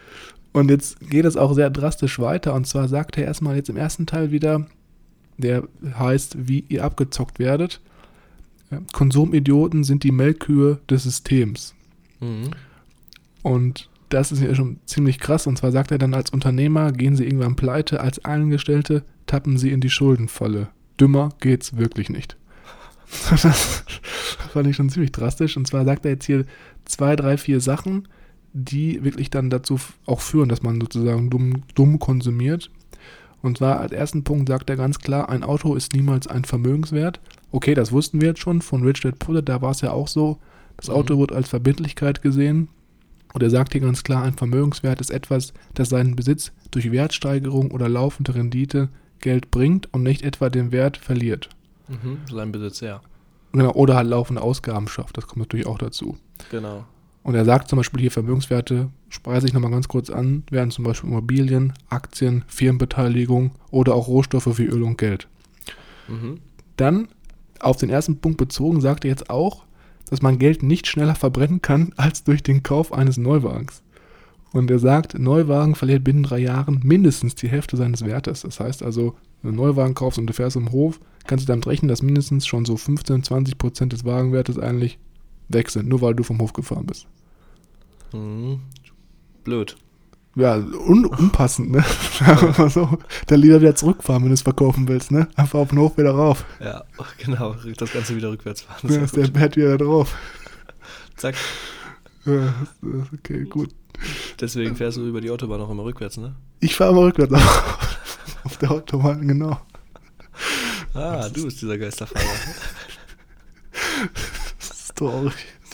Speaker 2: Und jetzt geht es auch sehr drastisch weiter. Und zwar sagt er erstmal jetzt im ersten Teil wieder, der heißt, wie ihr abgezockt werdet. Konsumidioten sind die Melkkühe des Systems.
Speaker 3: Mhm.
Speaker 2: Und das ist ja schon ziemlich krass. Und zwar sagt er dann, als Unternehmer gehen sie irgendwann pleite, als Angestellte tappen sie in die Schuldenfalle. Dümmer geht's wirklich nicht. Das fand ich schon ziemlich drastisch. Und zwar sagt er jetzt hier zwei, drei, vier Sachen, die wirklich dann dazu auch führen, dass man sozusagen dumm, dumm konsumiert. Und zwar als ersten Punkt sagt er ganz klar, ein Auto ist niemals ein Vermögenswert. Okay, das wussten wir jetzt schon von Rich Dad Poor Dad, da war es ja auch so, das Auto mhm. wird als Verbindlichkeit gesehen. Und er sagt hier ganz klar, ein Vermögenswert ist etwas, das seinen Besitz durch Wertsteigerung oder laufende Rendite Geld bringt und nicht etwa den Wert verliert.
Speaker 3: Mhm, sein Besitz, ja.
Speaker 2: Genau, oder halt laufende Ausgaben schafft, das kommt natürlich auch dazu.
Speaker 3: Genau.
Speaker 2: Und er sagt zum Beispiel hier, Vermögenswerte, speise ich nochmal ganz kurz an, wären zum Beispiel Immobilien, Aktien, Firmenbeteiligung oder auch Rohstoffe wie Öl und Geld.
Speaker 3: Mhm.
Speaker 2: Dann, auf den ersten Punkt bezogen, sagt er jetzt auch, dass man Geld nicht schneller verbrennen kann als durch den Kauf eines Neuwagens. Und er sagt, Neuwagen verliert binnen drei Jahren mindestens die Hälfte seines Wertes. Das heißt also, wenn du einen Neuwagen kaufst und du fährst im Hof, kannst du damit rechnen, dass mindestens schon so fünfzehn, zwanzig Prozent des Wagenwertes eigentlich weg sind, nur weil du vom Hof gefahren bist.
Speaker 3: Mhm. Blöd.
Speaker 2: Ja, un- unpassend, ne? so, dann lieber wieder zurückfahren, wenn du es verkaufen willst, ne? Einfach auf den Hof wieder rauf.
Speaker 3: Ja, genau, das Ganze wieder rückwärts fahren.
Speaker 2: Ja, ist der Bett wieder drauf.
Speaker 3: Zack.
Speaker 2: Ja, okay, gut.
Speaker 3: Deswegen fährst du über die Autobahn auch immer rückwärts, ne?
Speaker 2: Ich fahre immer rückwärts auf, auf der Autobahn, genau.
Speaker 3: Ah, du bist dieser Geisterfahrer.
Speaker 2: Das ist traurig.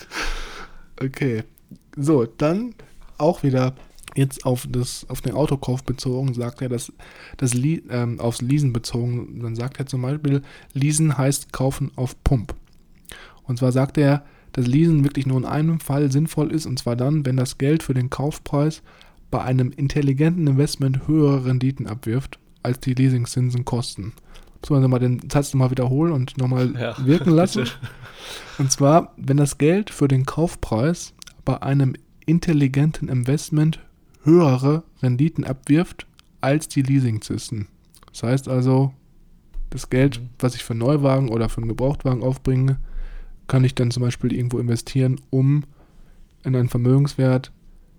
Speaker 2: Okay. So, dann auch wieder jetzt auf, das, auf den Autokauf bezogen, sagt er, dass das Le- ähm, aufs Leasen bezogen, dann sagt er zum Beispiel, Leasen heißt kaufen auf Pump. Und zwar sagt er, dass Leasen wirklich nur in einem Fall sinnvoll ist, und zwar dann, wenn das Geld für den Kaufpreis bei einem intelligenten Investment höhere Renditen abwirft, als die Leasingzinsen kosten. Muss man mal den Satz nochmal wiederholen und nochmal
Speaker 3: ja,
Speaker 2: wirken lassen. Und zwar, wenn das Geld für den Kaufpreis bei einem intelligenten Investment höhere Renditen abwirft als die Leasingzinsen. Das heißt also, das Geld, mhm. was ich für einen Neuwagen oder für einen Gebrauchtwagen aufbringe, kann ich dann zum Beispiel irgendwo investieren, um in einen Vermögenswert,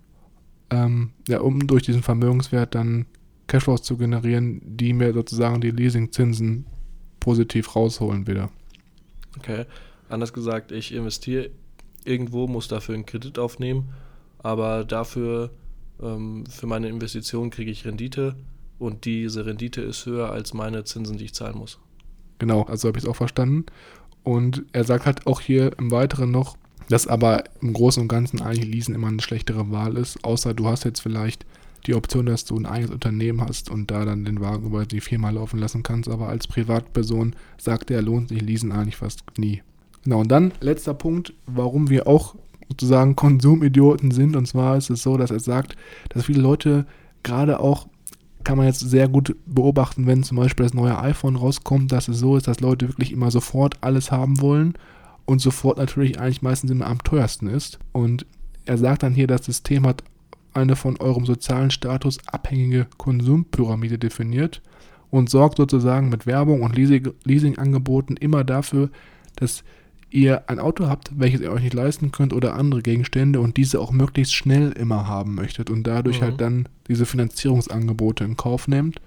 Speaker 2: ähm, ja, um durch diesen Vermögenswert dann Cashflows zu generieren, die mir sozusagen die Leasingzinsen positiv rausholen wieder.
Speaker 3: Okay, anders gesagt, ich investiere irgendwo, muss dafür einen Kredit aufnehmen, aber dafür, ähm, für meine Investition kriege ich Rendite und diese Rendite ist höher als meine Zinsen, die ich zahlen muss.
Speaker 2: Genau, also habe ich es auch verstanden. Und er sagt halt auch hier im Weiteren noch, dass aber im Großen und Ganzen eigentlich Leasen immer eine schlechtere Wahl ist, außer du hast jetzt vielleicht die Option, dass du ein eigenes Unternehmen hast und da dann den Wagen über die Firma laufen lassen kannst, aber als Privatperson sagt er, lohnt sich Leasen eigentlich fast nie. Genau, und dann letzter Punkt, warum wir auch sozusagen Konsumidioten sind, und zwar ist es so, dass er sagt, dass viele Leute gerade auch, kann man jetzt sehr gut beobachten, wenn zum Beispiel das neue iPhone rauskommt, dass es so ist, dass Leute wirklich immer sofort alles haben wollen und sofort natürlich eigentlich meistens immer am teuersten ist. Und er sagt dann hier, das System hat eine von eurem sozialen Status abhängige Konsumpyramide definiert und sorgt sozusagen mit Werbung und Leasing- Leasingangeboten immer dafür, dass ihr ein Auto habt, welches ihr euch nicht leisten könnt oder andere Gegenstände und diese auch möglichst schnell immer haben möchtet und dadurch mhm. halt dann diese Finanzierungsangebote in Kauf nehmt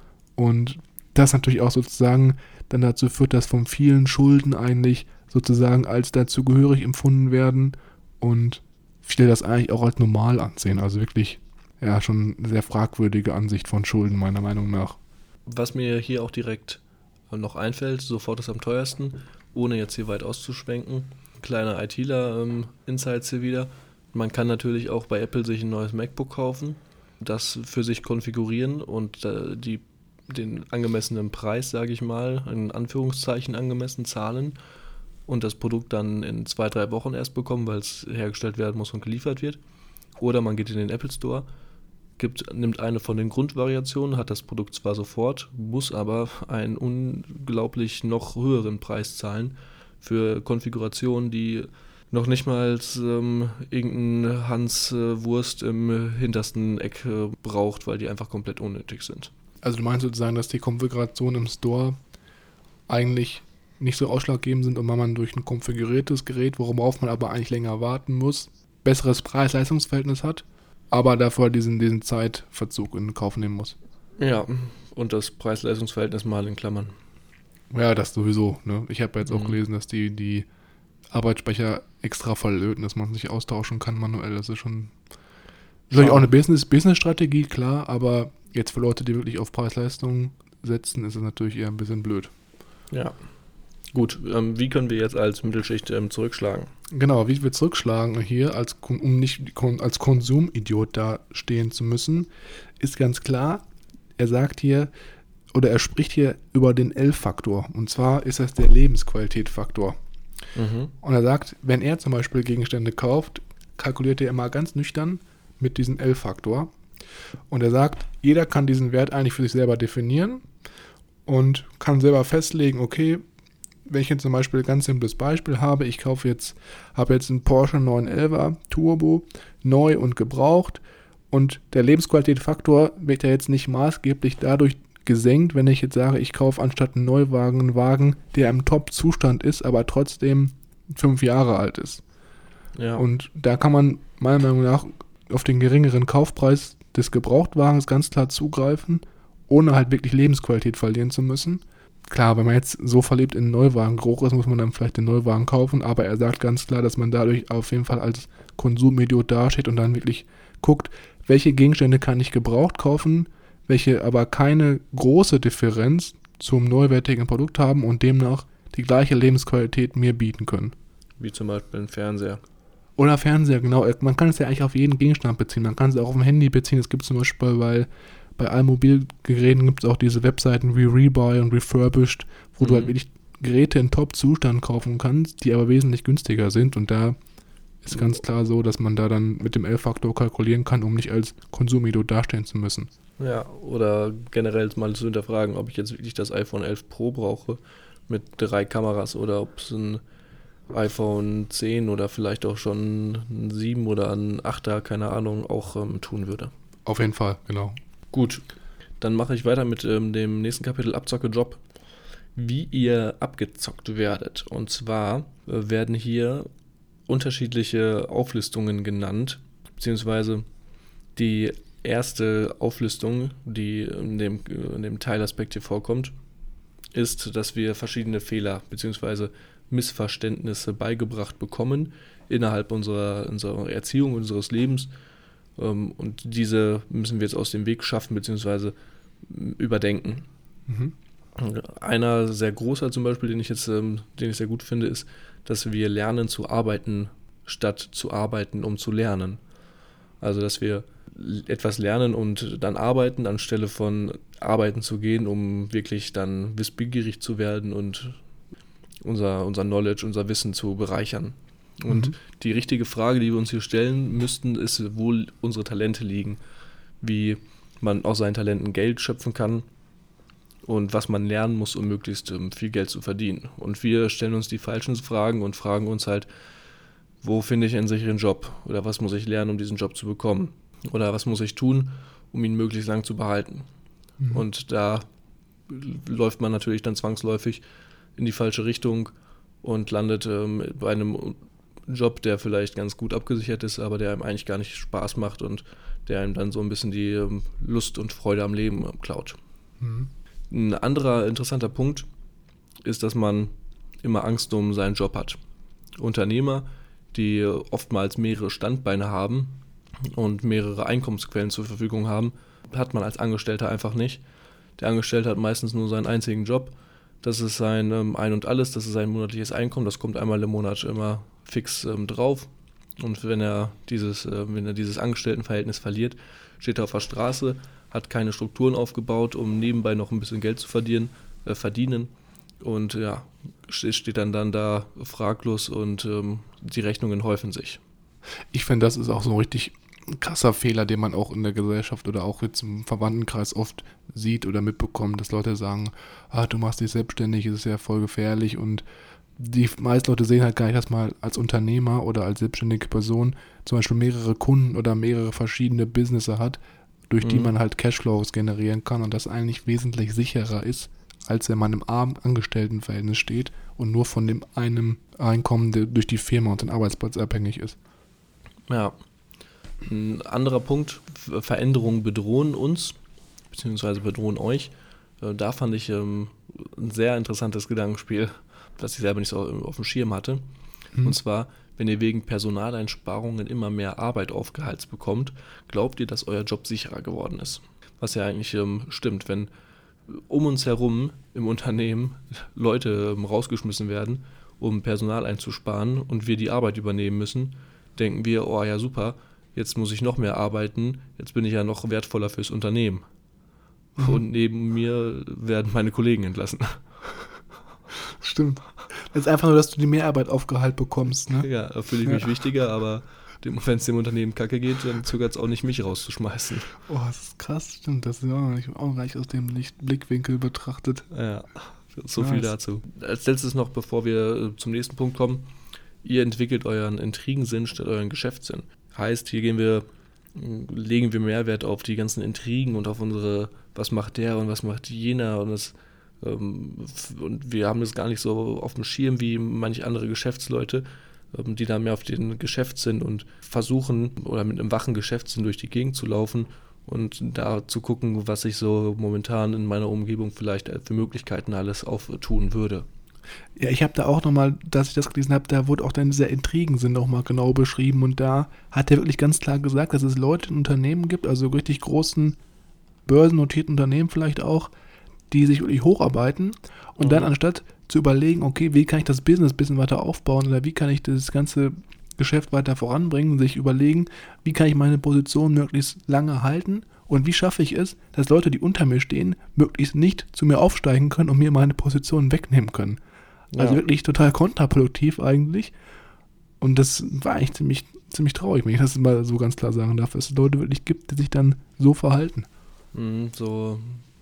Speaker 2: und das natürlich auch sozusagen dann dazu führt, dass von vielen Schulden eigentlich sozusagen als dazugehörig empfunden werden und viele das eigentlich auch als normal ansehen, also wirklich ja schon eine sehr fragwürdige Ansicht von Schulden meiner Meinung nach.
Speaker 3: Was mir hier auch direkt noch einfällt, sofort ist am teuersten, ohne jetzt hier weit auszuschwenken. Kleiner ITler-Insights ähm, hier wieder. Man kann natürlich auch bei Apple sich ein neues MacBook kaufen, das für sich konfigurieren und äh, die, den angemessenen Preis, sage ich mal, in Anführungszeichen angemessen zahlen und das Produkt dann in zwei, drei Wochen erst bekommen, weil es hergestellt werden muss und geliefert wird. Oder man geht in den Apple Store, gibt, nimmt eine von den Grundvariationen, hat das Produkt zwar sofort, muss aber einen unglaublich noch höheren Preis zahlen für Konfigurationen, die noch nicht mal als ähm, irgendein Hans äh, Wurst im hintersten Eck äh, braucht, weil die einfach komplett unnötig sind.
Speaker 2: Also du meinst sozusagen, dass die Konfigurationen im Store eigentlich nicht so ausschlaggebend sind und wenn man durch ein konfiguriertes Gerät, worauf man aber eigentlich länger warten muss, besseres Preis-Leistungs-Verhältnis hat, aber dafür diesen, diesen Zeitverzug in Kauf nehmen muss.
Speaker 3: Ja, und das Preis-Leistungs-Verhältnis mal in Klammern.
Speaker 2: Ja, das sowieso. Ne? Ich habe jetzt auch
Speaker 3: Mhm.
Speaker 2: gelesen, dass die, die Arbeitsspeicher extra verlöten, dass man sich austauschen kann manuell. Das ist schon natürlich auch eine Business, Business-Strategie, klar, aber jetzt für Leute, die wirklich auf Preis-Leistung setzen, ist es natürlich eher ein bisschen blöd.
Speaker 3: Ja. Gut, ähm, wie können wir jetzt als Mittelschicht ähm, zurückschlagen?
Speaker 2: Genau, wie wir zurückschlagen hier, als, Kon- um nicht kon- als Konsumidiot dastehen zu müssen, ist ganz klar, er sagt hier, oder er spricht hier über den L-Faktor. Und zwar ist das der Lebensqualität-Faktor.
Speaker 3: Mhm.
Speaker 2: Und er sagt, wenn er zum Beispiel Gegenstände kauft, kalkuliert er immer ganz nüchtern mit diesem L-Faktor. Und er sagt, jeder kann diesen Wert eigentlich für sich selber definieren und kann selber festlegen, okay, wenn ich jetzt zum Beispiel ein ganz simples Beispiel habe, ich kaufe jetzt, habe jetzt einen Porsche neun elfer Turbo, neu und gebraucht und der Lebensqualitätsfaktor wird ja jetzt nicht maßgeblich dadurch gesenkt, wenn ich jetzt sage, ich kaufe anstatt einen Neuwagen einen Wagen, der im Top-Zustand ist, aber trotzdem fünf Jahre alt ist.
Speaker 3: Ja.
Speaker 2: Und da kann man meiner Meinung nach auf den geringeren Kaufpreis des Gebrauchtwagens ganz klar zugreifen, ohne halt wirklich Lebensqualität verlieren zu müssen. Klar, wenn man jetzt so verliebt in einen Neuwagen Geruch ist, muss man dann vielleicht den Neuwagen kaufen, aber er sagt ganz klar, dass man dadurch auf jeden Fall als Konsumidiot dasteht und dann wirklich guckt, welche Gegenstände kann ich gebraucht kaufen, welche aber keine große Differenz zum neuwertigen Produkt haben und demnach die gleiche Lebensqualität mir bieten können.
Speaker 3: Wie zum Beispiel ein Fernseher.
Speaker 2: Oder Fernseher, genau. Man kann es ja eigentlich auf jeden Gegenstand beziehen. Man kann es auch auf dem Handy beziehen. Es gibt zum Beispiel bei, bei allen Mobilgeräten gibt es auch diese Webseiten wie Rebuy und Refurbished, wo
Speaker 3: Mhm.
Speaker 2: du halt wirklich Geräte in Top-Zustand kaufen kannst, die aber wesentlich günstiger sind. Und da ist ganz klar so, dass man da dann mit dem L-Faktor kalkulieren kann, um nicht als Konsumidiot dastehen zu müssen.
Speaker 3: Ja, oder generell mal zu hinterfragen, ob ich jetzt wirklich das iPhone elf Pro brauche mit drei Kameras oder ob es ein iPhone zehn oder vielleicht auch schon ein sieben oder ein achter, keine Ahnung, auch ähm, tun würde.
Speaker 2: Auf jeden Fall, genau.
Speaker 3: Gut, dann mache ich weiter mit ähm, dem nächsten Kapitel Abzocke-Job. Wie ihr abgezockt werdet. Und zwar äh, werden hier unterschiedliche Auflistungen genannt, beziehungsweise die erste Auflistung, die in dem, in dem Teilaspekt hier vorkommt, ist, dass wir verschiedene Fehler bzw. Missverständnisse beigebracht bekommen innerhalb unserer, unserer Erziehung, unseres Lebens. Ähm, und diese müssen wir jetzt aus dem Weg schaffen bzw. überdenken.
Speaker 2: Mhm.
Speaker 3: Einer sehr großer zum Beispiel, den ich jetzt, ähm, den ich sehr gut finde, ist, dass wir lernen zu arbeiten, statt zu arbeiten, um zu lernen. Also, dass wir etwas lernen und dann arbeiten, anstelle von arbeiten zu gehen, um wirklich dann wissbegierig zu werden und unser, unser Knowledge, unser Wissen zu bereichern. Und
Speaker 2: Mhm.
Speaker 3: die richtige Frage, die wir uns hier stellen müssten, ist, wo unsere Talente liegen, wie man aus seinen Talenten Geld schöpfen kann und was man lernen muss, um möglichst um, viel Geld zu verdienen. Und wir stellen uns die falschen Fragen und fragen uns halt, wo finde ich einen sicheren Job? Oder was muss ich lernen, um diesen Job zu bekommen? Oder was muss ich tun, um ihn möglichst lang zu behalten?
Speaker 2: Mhm.
Speaker 3: Und da läuft man natürlich dann zwangsläufig in die falsche Richtung und landet ähm, bei einem Job, der vielleicht ganz gut abgesichert ist, aber der einem eigentlich gar nicht Spaß macht und der einem dann so ein bisschen die ähm, Lust und Freude am Leben ähm, klaut.
Speaker 2: Mhm.
Speaker 3: Ein anderer interessanter Punkt ist, dass man immer Angst um seinen Job hat. Unternehmer, die oftmals mehrere Standbeine haben und mehrere Einkommensquellen zur Verfügung haben, hat man als Angestellter einfach nicht. Der Angestellte hat meistens nur seinen einzigen Job. Das ist sein ähm, Ein und Alles, das ist sein monatliches Einkommen, das kommt einmal im Monat immer fix ähm, drauf. Und wenn er dieses, äh, wenn er dieses Angestelltenverhältnis verliert, steht er auf der Straße, hat keine Strukturen aufgebaut, um nebenbei noch ein bisschen Geld zu verdienen, äh, verdienen. Und ja, steht dann, dann da fraglos und ähm, die Rechnungen häufen sich.
Speaker 2: Ich finde, das ist auch so ein richtig krasser Fehler, den man auch in der Gesellschaft oder auch jetzt im Verwandtenkreis oft sieht oder mitbekommt, dass Leute sagen, ah, du machst dich selbstständig, das ist ja voll gefährlich und die meisten Leute sehen halt gar nicht, dass man als Unternehmer oder als selbstständige Person zum Beispiel mehrere Kunden oder mehrere verschiedene Businesses hat, durch die
Speaker 3: Mhm.
Speaker 2: man halt Cashflows generieren kann und das eigentlich wesentlich sicherer ist, als wenn man im Angestelltenverhältnis steht und nur von dem einen Einkommen der durch die Firma und den Arbeitsplatz abhängig ist.
Speaker 3: Ja. Ein anderer Punkt, Ver- Veränderungen bedrohen uns, beziehungsweise bedrohen euch. Äh, Da fand ich ähm, ein sehr interessantes Gedankenspiel, das ich selber nicht so auf dem Schirm hatte.
Speaker 2: Mhm.
Speaker 3: Und zwar, wenn ihr wegen Personaleinsparungen immer mehr Arbeit aufgehalst bekommt, glaubt ihr, dass euer Job sicherer geworden ist. Was ja eigentlich ähm, stimmt, wenn um uns herum im Unternehmen Leute ähm, rausgeschmissen werden, um Personal einzusparen und wir die Arbeit übernehmen müssen, denken wir, oh ja super, jetzt muss ich noch mehr arbeiten, jetzt bin ich ja noch wertvoller fürs Unternehmen.
Speaker 2: Mhm.
Speaker 3: Und neben mir werden meine Kollegen entlassen.
Speaker 2: Stimmt. Es ist einfach nur, dass du die Mehrarbeit aufgehalten bekommst, ne?
Speaker 3: Ja, da fühle ich
Speaker 2: Ja.
Speaker 3: mich wichtiger, aber wenn es dem Unternehmen kacke geht, dann zögert es auch nicht, mich rauszuschmeißen.
Speaker 2: Oh, das ist krass, stimmt. Das ist auch noch nicht, auch gleich aus dem Licht- Blickwinkel betrachtet.
Speaker 3: Ja, so viel
Speaker 2: Nice.
Speaker 3: dazu. Als letztes noch, bevor wir äh, zum nächsten Punkt kommen, ihr entwickelt euren Intrigensinn statt euren Geschäftssinn. Heißt, hier gehen wir, mh, legen wir Mehrwert auf die ganzen Intrigen und auf unsere, was macht der und was macht jener und das ähm, f- und wir haben das gar nicht so auf dem Schirm wie manche andere Geschäftsleute, ähm, die da mehr auf den Geschäftssinn und versuchen oder mit einem wachen Geschäftssinn durch die Gegend zu laufen und da zu gucken, was ich so momentan in meiner Umgebung vielleicht für Möglichkeiten alles auftun würde.
Speaker 2: Ja, ich habe da auch nochmal, dass ich das gelesen habe, da wurde auch dann dieser Intrigensinn nochmal genau beschrieben und da hat er wirklich ganz klar gesagt, dass es Leute in Unternehmen gibt, also richtig großen börsennotierten Unternehmen vielleicht auch, die sich wirklich hocharbeiten und
Speaker 3: Mhm.
Speaker 2: dann anstatt zu überlegen, okay, wie kann ich das Business ein bisschen weiter aufbauen oder wie kann ich das ganze Geschäft weiter voranbringen, sich überlegen, wie kann ich meine Position möglichst lange halten und wie schaffe ich es, dass Leute, die unter mir stehen, möglichst nicht zu mir aufsteigen können und mir meine Position wegnehmen können. Also
Speaker 3: Ja.
Speaker 2: wirklich total kontraproduktiv eigentlich. Und das war eigentlich ziemlich, ziemlich traurig, wenn ich das mal so ganz klar sagen darf, dass es Leute wirklich gibt, die sich dann so verhalten.
Speaker 3: Mhm, so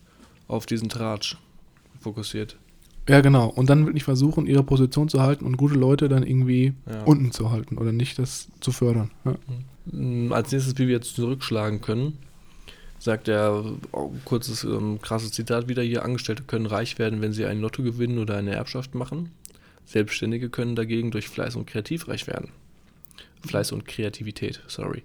Speaker 3: auf diesen Tratsch fokussiert.
Speaker 2: Ja, genau. Und dann wirklich versuchen, ihre Position zu halten und gute Leute dann irgendwie
Speaker 3: Ja.
Speaker 2: unten zu halten oder nicht das zu fördern. Ja.
Speaker 3: Mm, Als nächstes, wie wir jetzt zurückschlagen können, sagt er, oh, kurzes, ähm, krasses Zitat wieder hier, Angestellte können reich werden, wenn sie ein Lotto gewinnen oder eine Erbschaft machen. Selbstständige können dagegen durch Fleiß und Kreativ reich werden. Fleiß und Kreativität, sorry.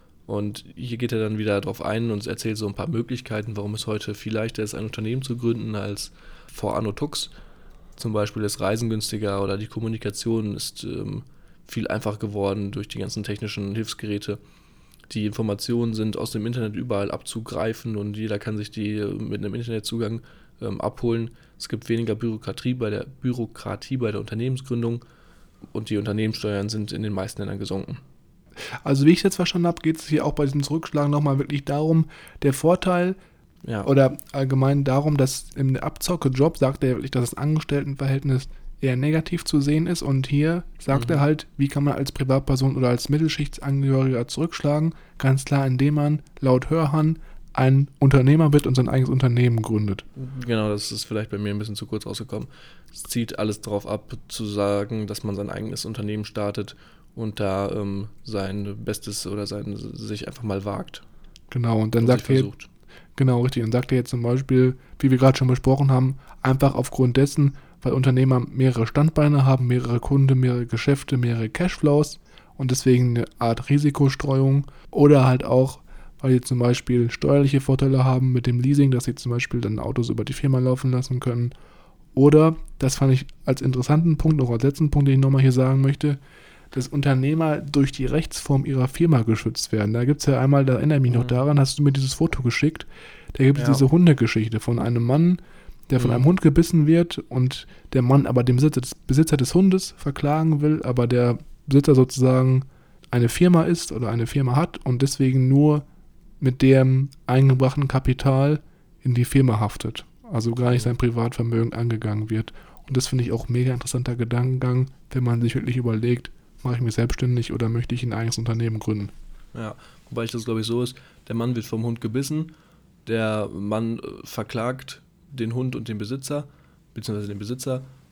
Speaker 3: Und hier geht er dann wieder darauf ein und erzählt so ein paar Möglichkeiten, warum es heute viel leichter ist, ein Unternehmen zu gründen als vor Anno Tux. Zum Beispiel ist Reisen günstiger oder die Kommunikation ist ähm, viel einfacher geworden durch die ganzen technischen Hilfsgeräte. Die Informationen sind aus dem Internet überall abzugreifen und jeder kann sich die äh, mit einem Internetzugang ähm, abholen. Es gibt weniger Bürokratie bei der Bürokratie bei der Unternehmensgründung und die Unternehmenssteuern sind in den meisten Ländern gesunken.
Speaker 2: Also wie ich es jetzt verstanden habe, geht es hier auch bei diesem Zurückschlagen nochmal wirklich darum, der Vorteil
Speaker 3: Ja,
Speaker 2: oder allgemein darum, dass im Abzocke-Job sagt er wirklich, dass das Angestelltenverhältnis eher negativ zu sehen ist und hier sagt
Speaker 3: Mhm.
Speaker 2: er halt, wie kann man als Privatperson oder als Mittelschichtsangehöriger zurückschlagen, ganz klar, indem man laut Hörhan ein Unternehmer wird und sein eigenes Unternehmen gründet.
Speaker 3: genau, das ist vielleicht bei mir ein bisschen zu kurz rausgekommen. Es zieht alles darauf ab, zu sagen, dass man sein eigenes Unternehmen startet und da ähm, sein Bestes oder sein, sich einfach mal wagt.
Speaker 2: Genau, und dann
Speaker 3: und
Speaker 2: sagt
Speaker 3: sich
Speaker 2: er,
Speaker 3: versucht.
Speaker 2: genau richtig, und sagt er jetzt zum Beispiel, wie wir gerade schon besprochen haben, einfach aufgrund dessen, weil Unternehmer mehrere Standbeine haben, mehrere Kunden, mehrere Geschäfte, mehrere Cashflows und deswegen eine Art Risikostreuung oder halt auch, weil sie zum Beispiel steuerliche Vorteile haben mit dem Leasing, dass sie zum Beispiel dann Autos über die Firma laufen lassen können. Oder, das fand ich als interessanten Punkt, auch als letzten Punkt, den ich nochmal hier sagen möchte, dass Unternehmer durch die Rechtsform ihrer Firma geschützt werden. Da gibt es ja einmal, da erinnere ich mich
Speaker 3: Mhm.
Speaker 2: noch daran, hast du mir dieses Foto geschickt, da gibt es
Speaker 3: Ja.
Speaker 2: diese Hundegeschichte von einem Mann, der von
Speaker 3: Mhm.
Speaker 2: einem Hund gebissen wird und der Mann aber den Besitzer des, Besitzer des Hundes verklagen will, aber der Besitzer sozusagen eine Firma ist oder eine Firma hat und deswegen nur mit dem eingebrachten Kapital in die Firma haftet. Also gar nicht
Speaker 3: Mhm.
Speaker 2: sein Privatvermögen angegangen wird. Und das finde ich auch ein mega interessanter Gedankengang, wenn man sich wirklich überlegt, mache ich mich selbstständig oder möchte ich ein eigenes Unternehmen gründen.
Speaker 3: Ja, wobei ich das glaube ich so ist, der Mann wird vom Hund gebissen, der Mann äh, verklagt den Hund und den Besitzer, beziehungsweise den Besitzer,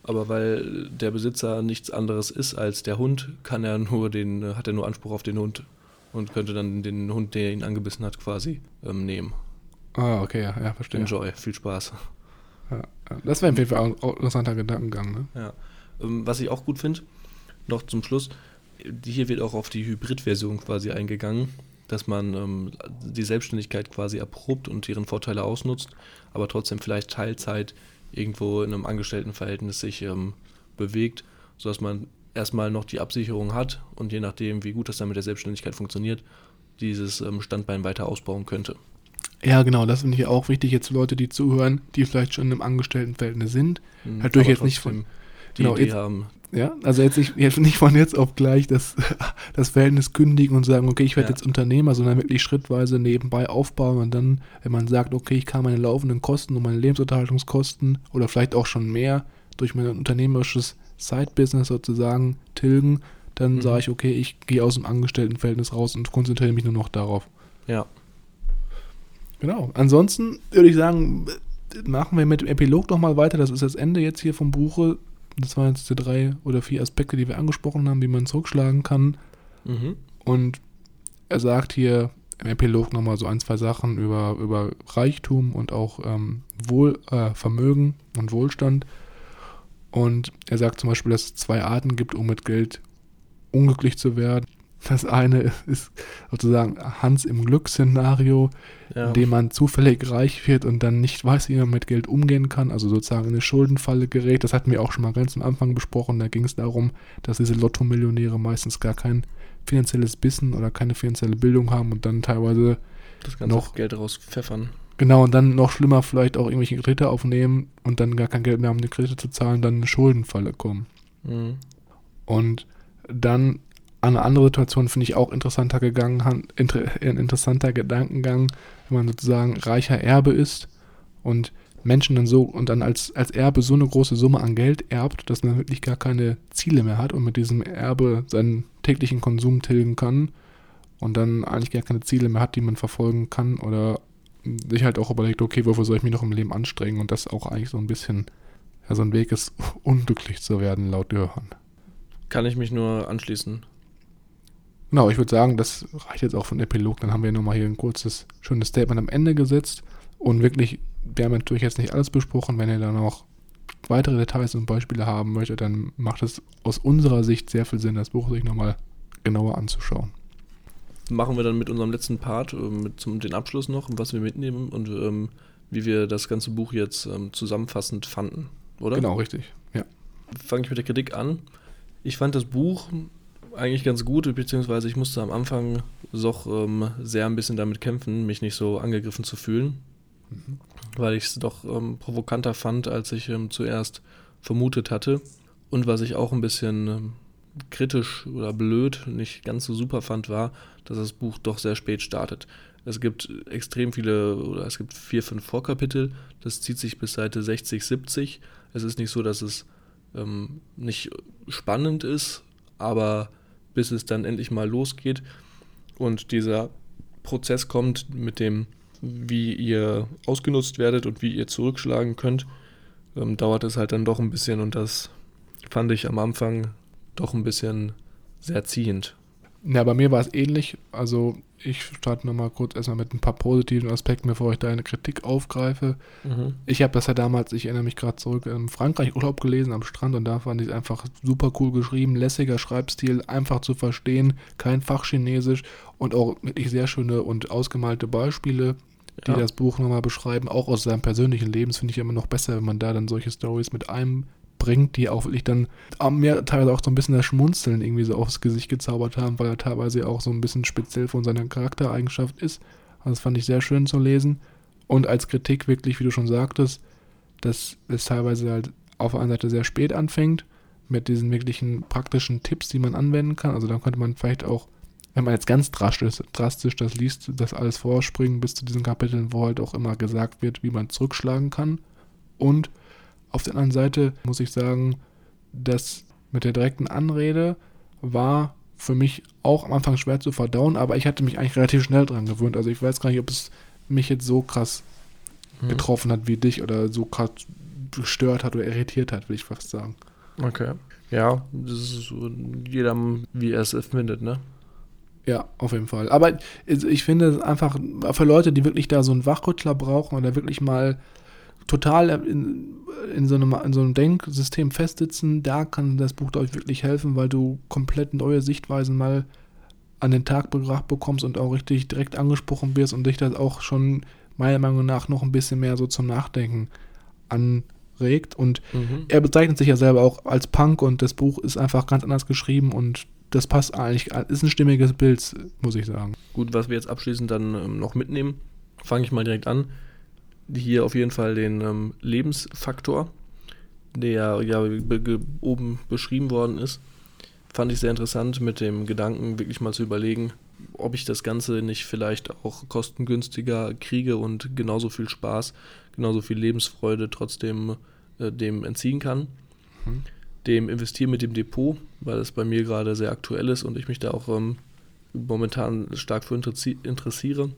Speaker 3: Aber weil der Besitzer nichts anderes ist als der Hund, kann er nur den, hat er nur Anspruch auf den Hund und könnte dann den Hund, der ihn angebissen hat, quasi ähm, nehmen.
Speaker 2: Ah, okay, ja, ja, verstehe.
Speaker 3: Enjoy, viel Spaß.
Speaker 2: Ja, das wäre auf jeden Fall auch ein interessanter Gedankengang. Ne?
Speaker 3: Ja. Ähm, was ich auch gut finde, noch zum Schluss, hier wird auch auf die Hybrid-Version quasi eingegangen, dass man ähm, die Selbstständigkeit quasi erprobt und ihren Vorteile ausnutzt, aber trotzdem vielleicht Teilzeit irgendwo in einem Angestelltenverhältnis sich ähm, bewegt, sodass man erstmal noch die Absicherung hat und je nachdem, wie gut das dann mit der Selbstständigkeit funktioniert, dieses ähm, Standbein weiter ausbauen könnte.
Speaker 2: Ja, genau, das finde ich auch wichtig jetzt für Leute, die zuhören, die vielleicht schon im Angestelltenverhältnis sind.
Speaker 3: Mhm,
Speaker 2: halt durch jetzt nicht von
Speaker 3: die
Speaker 2: genau,
Speaker 3: Idee
Speaker 2: jetzt,
Speaker 3: haben.
Speaker 2: Ja, also jetzt nicht, jetzt nicht von jetzt auf gleich das, das Verhältnis kündigen und sagen, okay, ich werde
Speaker 3: Ja.
Speaker 2: jetzt Unternehmer, sondern wirklich schrittweise nebenbei aufbauen und dann, wenn man sagt, okay, ich kann meine laufenden Kosten und meine Lebensunterhaltungskosten oder vielleicht auch schon mehr durch mein unternehmerisches Side-Business sozusagen tilgen, dann
Speaker 3: Mhm.
Speaker 2: sage ich, okay, ich gehe aus dem Angestelltenverhältnis raus und konzentriere mich nur noch darauf.
Speaker 3: Ja.
Speaker 2: Genau. Ansonsten würde ich sagen, machen wir mit dem Epilog nochmal weiter. Das ist das Ende jetzt hier vom Buche. Das waren jetzt die drei oder vier Aspekte, die wir angesprochen haben, wie man zurückschlagen kann.
Speaker 3: Mhm.
Speaker 2: Und er sagt hier im Epilog nochmal so ein, zwei Sachen über, über Reichtum und auch ähm, Wohl, äh, Vermögen und Wohlstand. Und er sagt zum Beispiel, dass es zwei Arten gibt, um mit Geld unglücklich zu werden. Das eine ist sozusagen Hans im Glück-Szenario,
Speaker 3: Ja.
Speaker 2: in dem man zufällig reich wird und dann nicht weiß, wie man mit Geld umgehen kann, also sozusagen in eine Schuldenfalle gerät. Das hatten wir auch schon mal ganz am Anfang besprochen. Da ging es darum, dass diese Lotto-Millionäre meistens gar kein finanzielles Wissen oder keine finanzielle Bildung haben und dann teilweise
Speaker 3: Das ganze
Speaker 2: noch
Speaker 3: Geld rauspfeffern.
Speaker 2: genau und dann noch schlimmer vielleicht auch irgendwelche Kredite aufnehmen und dann gar kein Geld mehr haben, die Kredite zu zahlen, dann in eine Schuldenfalle kommen.
Speaker 3: Mhm.
Speaker 2: Und dann eine andere Situation finde ich auch interessanter gegangen, ein interessanter Gedankengang, wenn man sozusagen reicher Erbe ist und Menschen dann so und dann als, als Erbe so eine große Summe an Geld erbt, dass man wirklich gar keine Ziele mehr hat und mit diesem Erbe seinen täglichen Konsum tilgen kann und dann eigentlich gar keine Ziele mehr hat, die man verfolgen kann oder sich halt auch überlegt, okay, wofür soll ich mich noch im Leben anstrengen und das auch eigentlich so ein bisschen ja, so ein Weg ist, unglücklich zu werden, laut Dörrhan.
Speaker 3: Kann ich mich nur anschließen.
Speaker 2: Genau, ich würde sagen, das reicht jetzt auch von Epilog. Dann haben wir nochmal hier ein kurzes, schönes Statement am Ende gesetzt. Und wirklich, wir haben natürlich jetzt nicht alles besprochen. Wenn ihr dann noch weitere Details und Beispiele haben möchtet, dann macht es aus unserer Sicht sehr viel Sinn, das Buch sich nochmal genauer anzuschauen.
Speaker 3: Machen wir dann mit unserem letzten Part, äh, mit zum den Abschluss noch, was wir mitnehmen und ähm, wie wir das ganze Buch jetzt ähm, zusammenfassend fanden, oder?
Speaker 2: Genau, richtig. Ja.
Speaker 3: Fange ich mit der Kritik an. Ich fand das Buch eigentlich ganz gut, beziehungsweise ich musste am Anfang doch ähm, sehr ein bisschen damit kämpfen, mich nicht so angegriffen zu fühlen,
Speaker 2: Mhm.
Speaker 3: weil ich es doch ähm, provokanter fand, als ich ähm, zuerst vermutet hatte. Und was ich auch ein bisschen ähm, kritisch oder blöd, nicht ganz so super fand, war, dass das Buch doch sehr spät startet. Es gibt extrem viele, oder es gibt vier, fünf Vorkapitel, das zieht sich bis Seite sechzig, siebzig. Es ist nicht so, dass es ähm, nicht spannend ist, aber bis es dann endlich mal losgeht und dieser Prozess kommt mit dem, wie ihr ausgenutzt werdet und wie ihr zurückschlagen könnt, ähm, dauert es halt dann doch ein bisschen und das fand ich am Anfang doch ein bisschen sehr ziehend.
Speaker 2: Ja, bei mir war es ähnlich. Also ich starte nochmal kurz erstmal mit ein paar positiven Aspekten, bevor ich da eine Kritik aufgreife.
Speaker 3: Mhm.
Speaker 2: Ich habe das ja damals, ich erinnere mich gerade zurück, im Frankreich Urlaub gelesen am Strand und da fand ich es einfach super cool geschrieben, lässiger Schreibstil, einfach zu verstehen, kein Fachchinesisch und auch wirklich sehr schöne und ausgemalte Beispiele, die
Speaker 3: Ja.
Speaker 2: das Buch nochmal beschreiben, auch aus seinem persönlichen Leben. Das finde ich immer noch besser, wenn man da dann solche Stories mit einbringt, die auch wirklich dann mir teilweise auch so ein bisschen das Schmunzeln irgendwie so aufs Gesicht gezaubert haben, weil er teilweise auch so ein bisschen speziell von seiner Charaktereigenschaft ist. Also das fand ich sehr schön zu lesen. Und als Kritik wirklich, wie du schon sagtest, dass es teilweise halt auf der einen Seite sehr spät anfängt, mit diesen wirklichen praktischen Tipps, die man anwenden kann. Also dann könnte man vielleicht auch, wenn man jetzt ganz drastisch, drastisch das liest, das alles vorspringen bis zu diesen Kapiteln, wo halt auch immer gesagt wird, wie man zurückschlagen kann. Und auf der anderen Seite muss ich sagen, dass mit der direkten Anrede war für mich auch am Anfang schwer zu verdauen, aber ich hatte mich eigentlich relativ schnell dran gewöhnt. Also ich weiß gar nicht, ob es mich jetzt so krass
Speaker 3: Mhm.
Speaker 2: getroffen hat wie dich oder so krass gestört hat oder irritiert hat, will ich fast sagen.
Speaker 3: Okay. Ja, das ist so jeder, wie er es findet, ne?
Speaker 2: Ja, auf jeden Fall. Aber ich finde es einfach für Leute, die wirklich da so einen Wachrüttler brauchen oder wirklich mal total in, in, so einem, in so einem Denksystem festsitzen, da kann das Buch, glaube ich, wirklich helfen, weil du komplett neue Sichtweisen mal an den Tag gebracht bekommst und auch richtig direkt angesprochen wirst und dich das auch schon meiner Meinung nach noch ein bisschen mehr so zum Nachdenken anregt. Und mhm. er bezeichnet sich ja selber auch als Punk und das Buch ist einfach ganz anders geschrieben und das passt eigentlich, ist ein stimmiges Bild, muss ich sagen.
Speaker 3: Gut, was wir jetzt abschließend dann ähm, noch mitnehmen, fange ich mal direkt an. Hier auf jeden Fall den ähm, Lebensfaktor, der ja be- ge- oben beschrieben worden ist. Fand ich sehr interessant, mit dem Gedanken wirklich mal zu überlegen, ob ich das Ganze nicht vielleicht auch kostengünstiger kriege und genauso viel Spaß, genauso viel Lebensfreude trotzdem äh, dem entziehen kann. Mhm. Dem Investieren mit dem Depot, weil es bei mir gerade sehr aktuell ist und ich mich da auch ähm, momentan stark für interessi- interessiere.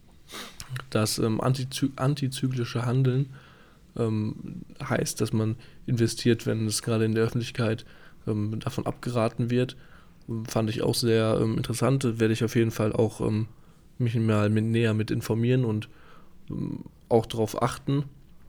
Speaker 3: Das ähm, antizy- antizyklische Handeln ähm, heißt, dass man investiert, wenn es gerade in der Öffentlichkeit ähm, davon abgeraten wird. Fand ich auch sehr ähm, interessant. Werde ich auf jeden Fall auch ähm, mich mal mit, näher mit informieren und ähm, auch darauf achten.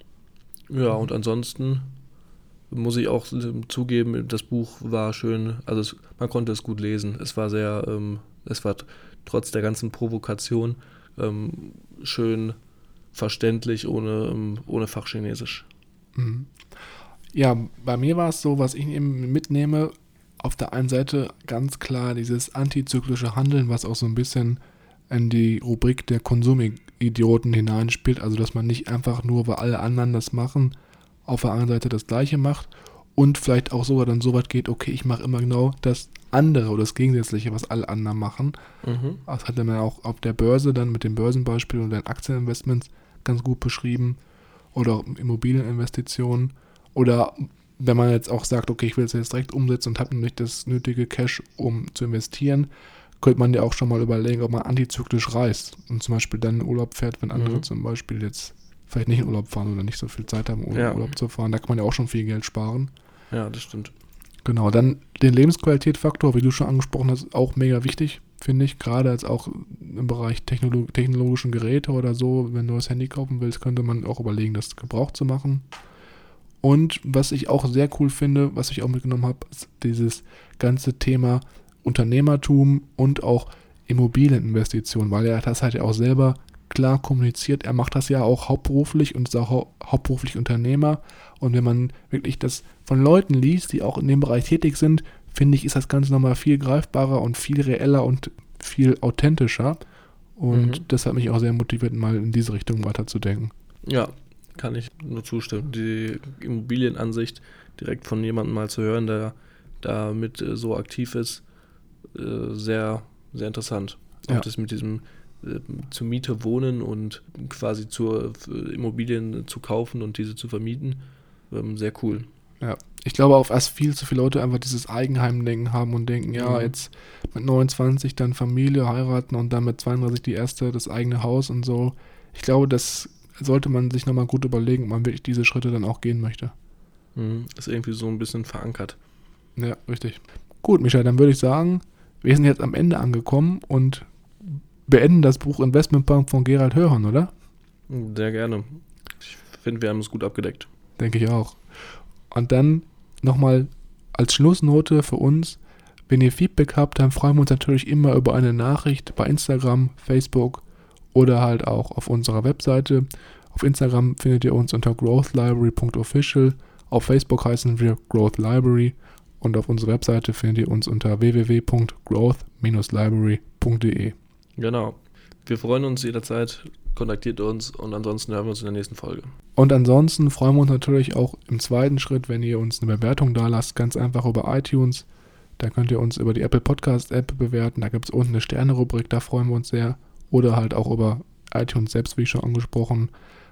Speaker 3: Ja, und ansonsten muss ich auch zugeben, das Buch war schön, also es, man konnte es gut lesen. Es war sehr, ähm, es war t- trotz der ganzen Provokation ähm, schön verständlich, ohne, ähm, ohne Fachchinesisch.
Speaker 2: Mhm. Ja, bei mir war es so, was ich eben mitnehme, auf der einen Seite ganz klar dieses antizyklische Handeln, was auch so ein bisschen in die Rubrik der Konsumidioten hineinspielt, also dass man nicht einfach nur, weil alle anderen das machen, auf der anderen Seite das Gleiche macht und vielleicht auch sogar dann so weit geht, okay, ich mache immer genau das andere oder das Gegensätzliche, was alle anderen machen. Mhm. Das hat er mir auch auf der Börse dann mit dem Börsenbeispiel und den Aktieninvestments ganz gut beschrieben oder auch Immobilieninvestitionen oder wenn man jetzt auch sagt, okay, ich will es jetzt direkt umsetzen und habe nicht das nötige Cash, um zu investieren, könnte man ja auch schon mal überlegen, ob man antizyklisch reist und zum Beispiel dann in Urlaub fährt, wenn andere mhm. zum Beispiel jetzt vielleicht nicht in Urlaub fahren oder nicht so viel Zeit haben, um ja. in Urlaub zu fahren. Da kann man ja auch schon viel Geld sparen.
Speaker 3: Ja, das stimmt.
Speaker 2: Genau, dann den Lebensqualitätsfaktor, wie du schon angesprochen hast, auch mega wichtig, finde ich. Gerade als auch im Bereich Technolog- technologischen Geräte oder so, wenn du das Handy kaufen willst, könnte man auch überlegen, das Gebrauch zu machen. Und was ich auch sehr cool finde, was ich auch mitgenommen habe, ist dieses ganze Thema Unternehmertum und auch Immobilieninvestitionen, weil er das halt ja auch selber klar kommuniziert. Er macht das ja auch hauptberuflich und ist auch hau- hauptberuflich Unternehmer. Und wenn man wirklich das von Leuten liest, die auch in dem Bereich tätig sind, finde ich, ist das Ganze nochmal viel greifbarer und viel reeller und viel authentischer. Und mhm. das hat mich auch sehr motiviert, mal in diese Richtung weiterzudenken.
Speaker 3: Ja, kann ich nur zustimmen. Die Immobilienansicht direkt von jemandem mal zu hören, der damit äh, so aktiv ist, äh, sehr, sehr interessant. Auch ja. das mit diesem äh, zur Miete wohnen und quasi zur äh, Immobilien zu kaufen und diese zu vermieten, ähm, sehr cool.
Speaker 2: Ja, ich glaube auch, dass viel zu viele Leute einfach dieses Eigenheimdenken haben und denken, ja, mhm. jetzt mit neunundzwanzig dann Familie, heiraten und dann mit zweiunddreißig die erste, das eigene Haus und so. Ich glaube, das sollte man sich nochmal gut überlegen, ob man wirklich diese Schritte dann auch gehen möchte.
Speaker 3: Mhm. Ist irgendwie so ein bisschen verankert.
Speaker 2: Ja, richtig. Gut, Michael, dann würde ich sagen, wir sind jetzt am Ende angekommen und beenden das Buch Investmentpunk von Gerald Hörhan, oder?
Speaker 3: Sehr gerne. Ich finde, wir haben es gut abgedeckt.
Speaker 2: Denke ich auch. Und dann nochmal als Schlussnote für uns, wenn ihr Feedback habt, dann freuen wir uns natürlich immer über eine Nachricht bei Instagram, Facebook oder halt auch auf unserer Webseite. Auf Instagram findet ihr uns unter growth library punkt official, auf Facebook heißen wir Growth Library und auf unserer Webseite findet ihr uns unter w w w punkt growth dash library punkt d e.
Speaker 3: Genau. Wir freuen uns jederzeit, kontaktiert uns und ansonsten hören wir uns in der nächsten Folge.
Speaker 2: Und ansonsten freuen wir uns natürlich auch im zweiten Schritt, wenn ihr uns eine Bewertung da lasst, ganz einfach über iTunes. Da könnt ihr uns über die Apple Podcast App bewerten, da gibt es unten eine Sterne-Rubrik, da freuen wir uns sehr. Oder halt auch über iTunes selbst, wie schon angesprochen.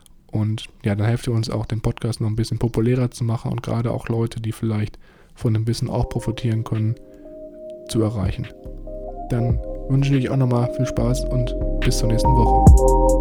Speaker 2: Und ja, dann helft ihr uns auch, den Podcast noch ein bisschen populärer zu machen und gerade auch Leute, die vielleicht von dem Wissen auch profitieren können, zu erreichen. Dann wünsche ich euch auch nochmal viel Spaß und bis zur nächsten Woche.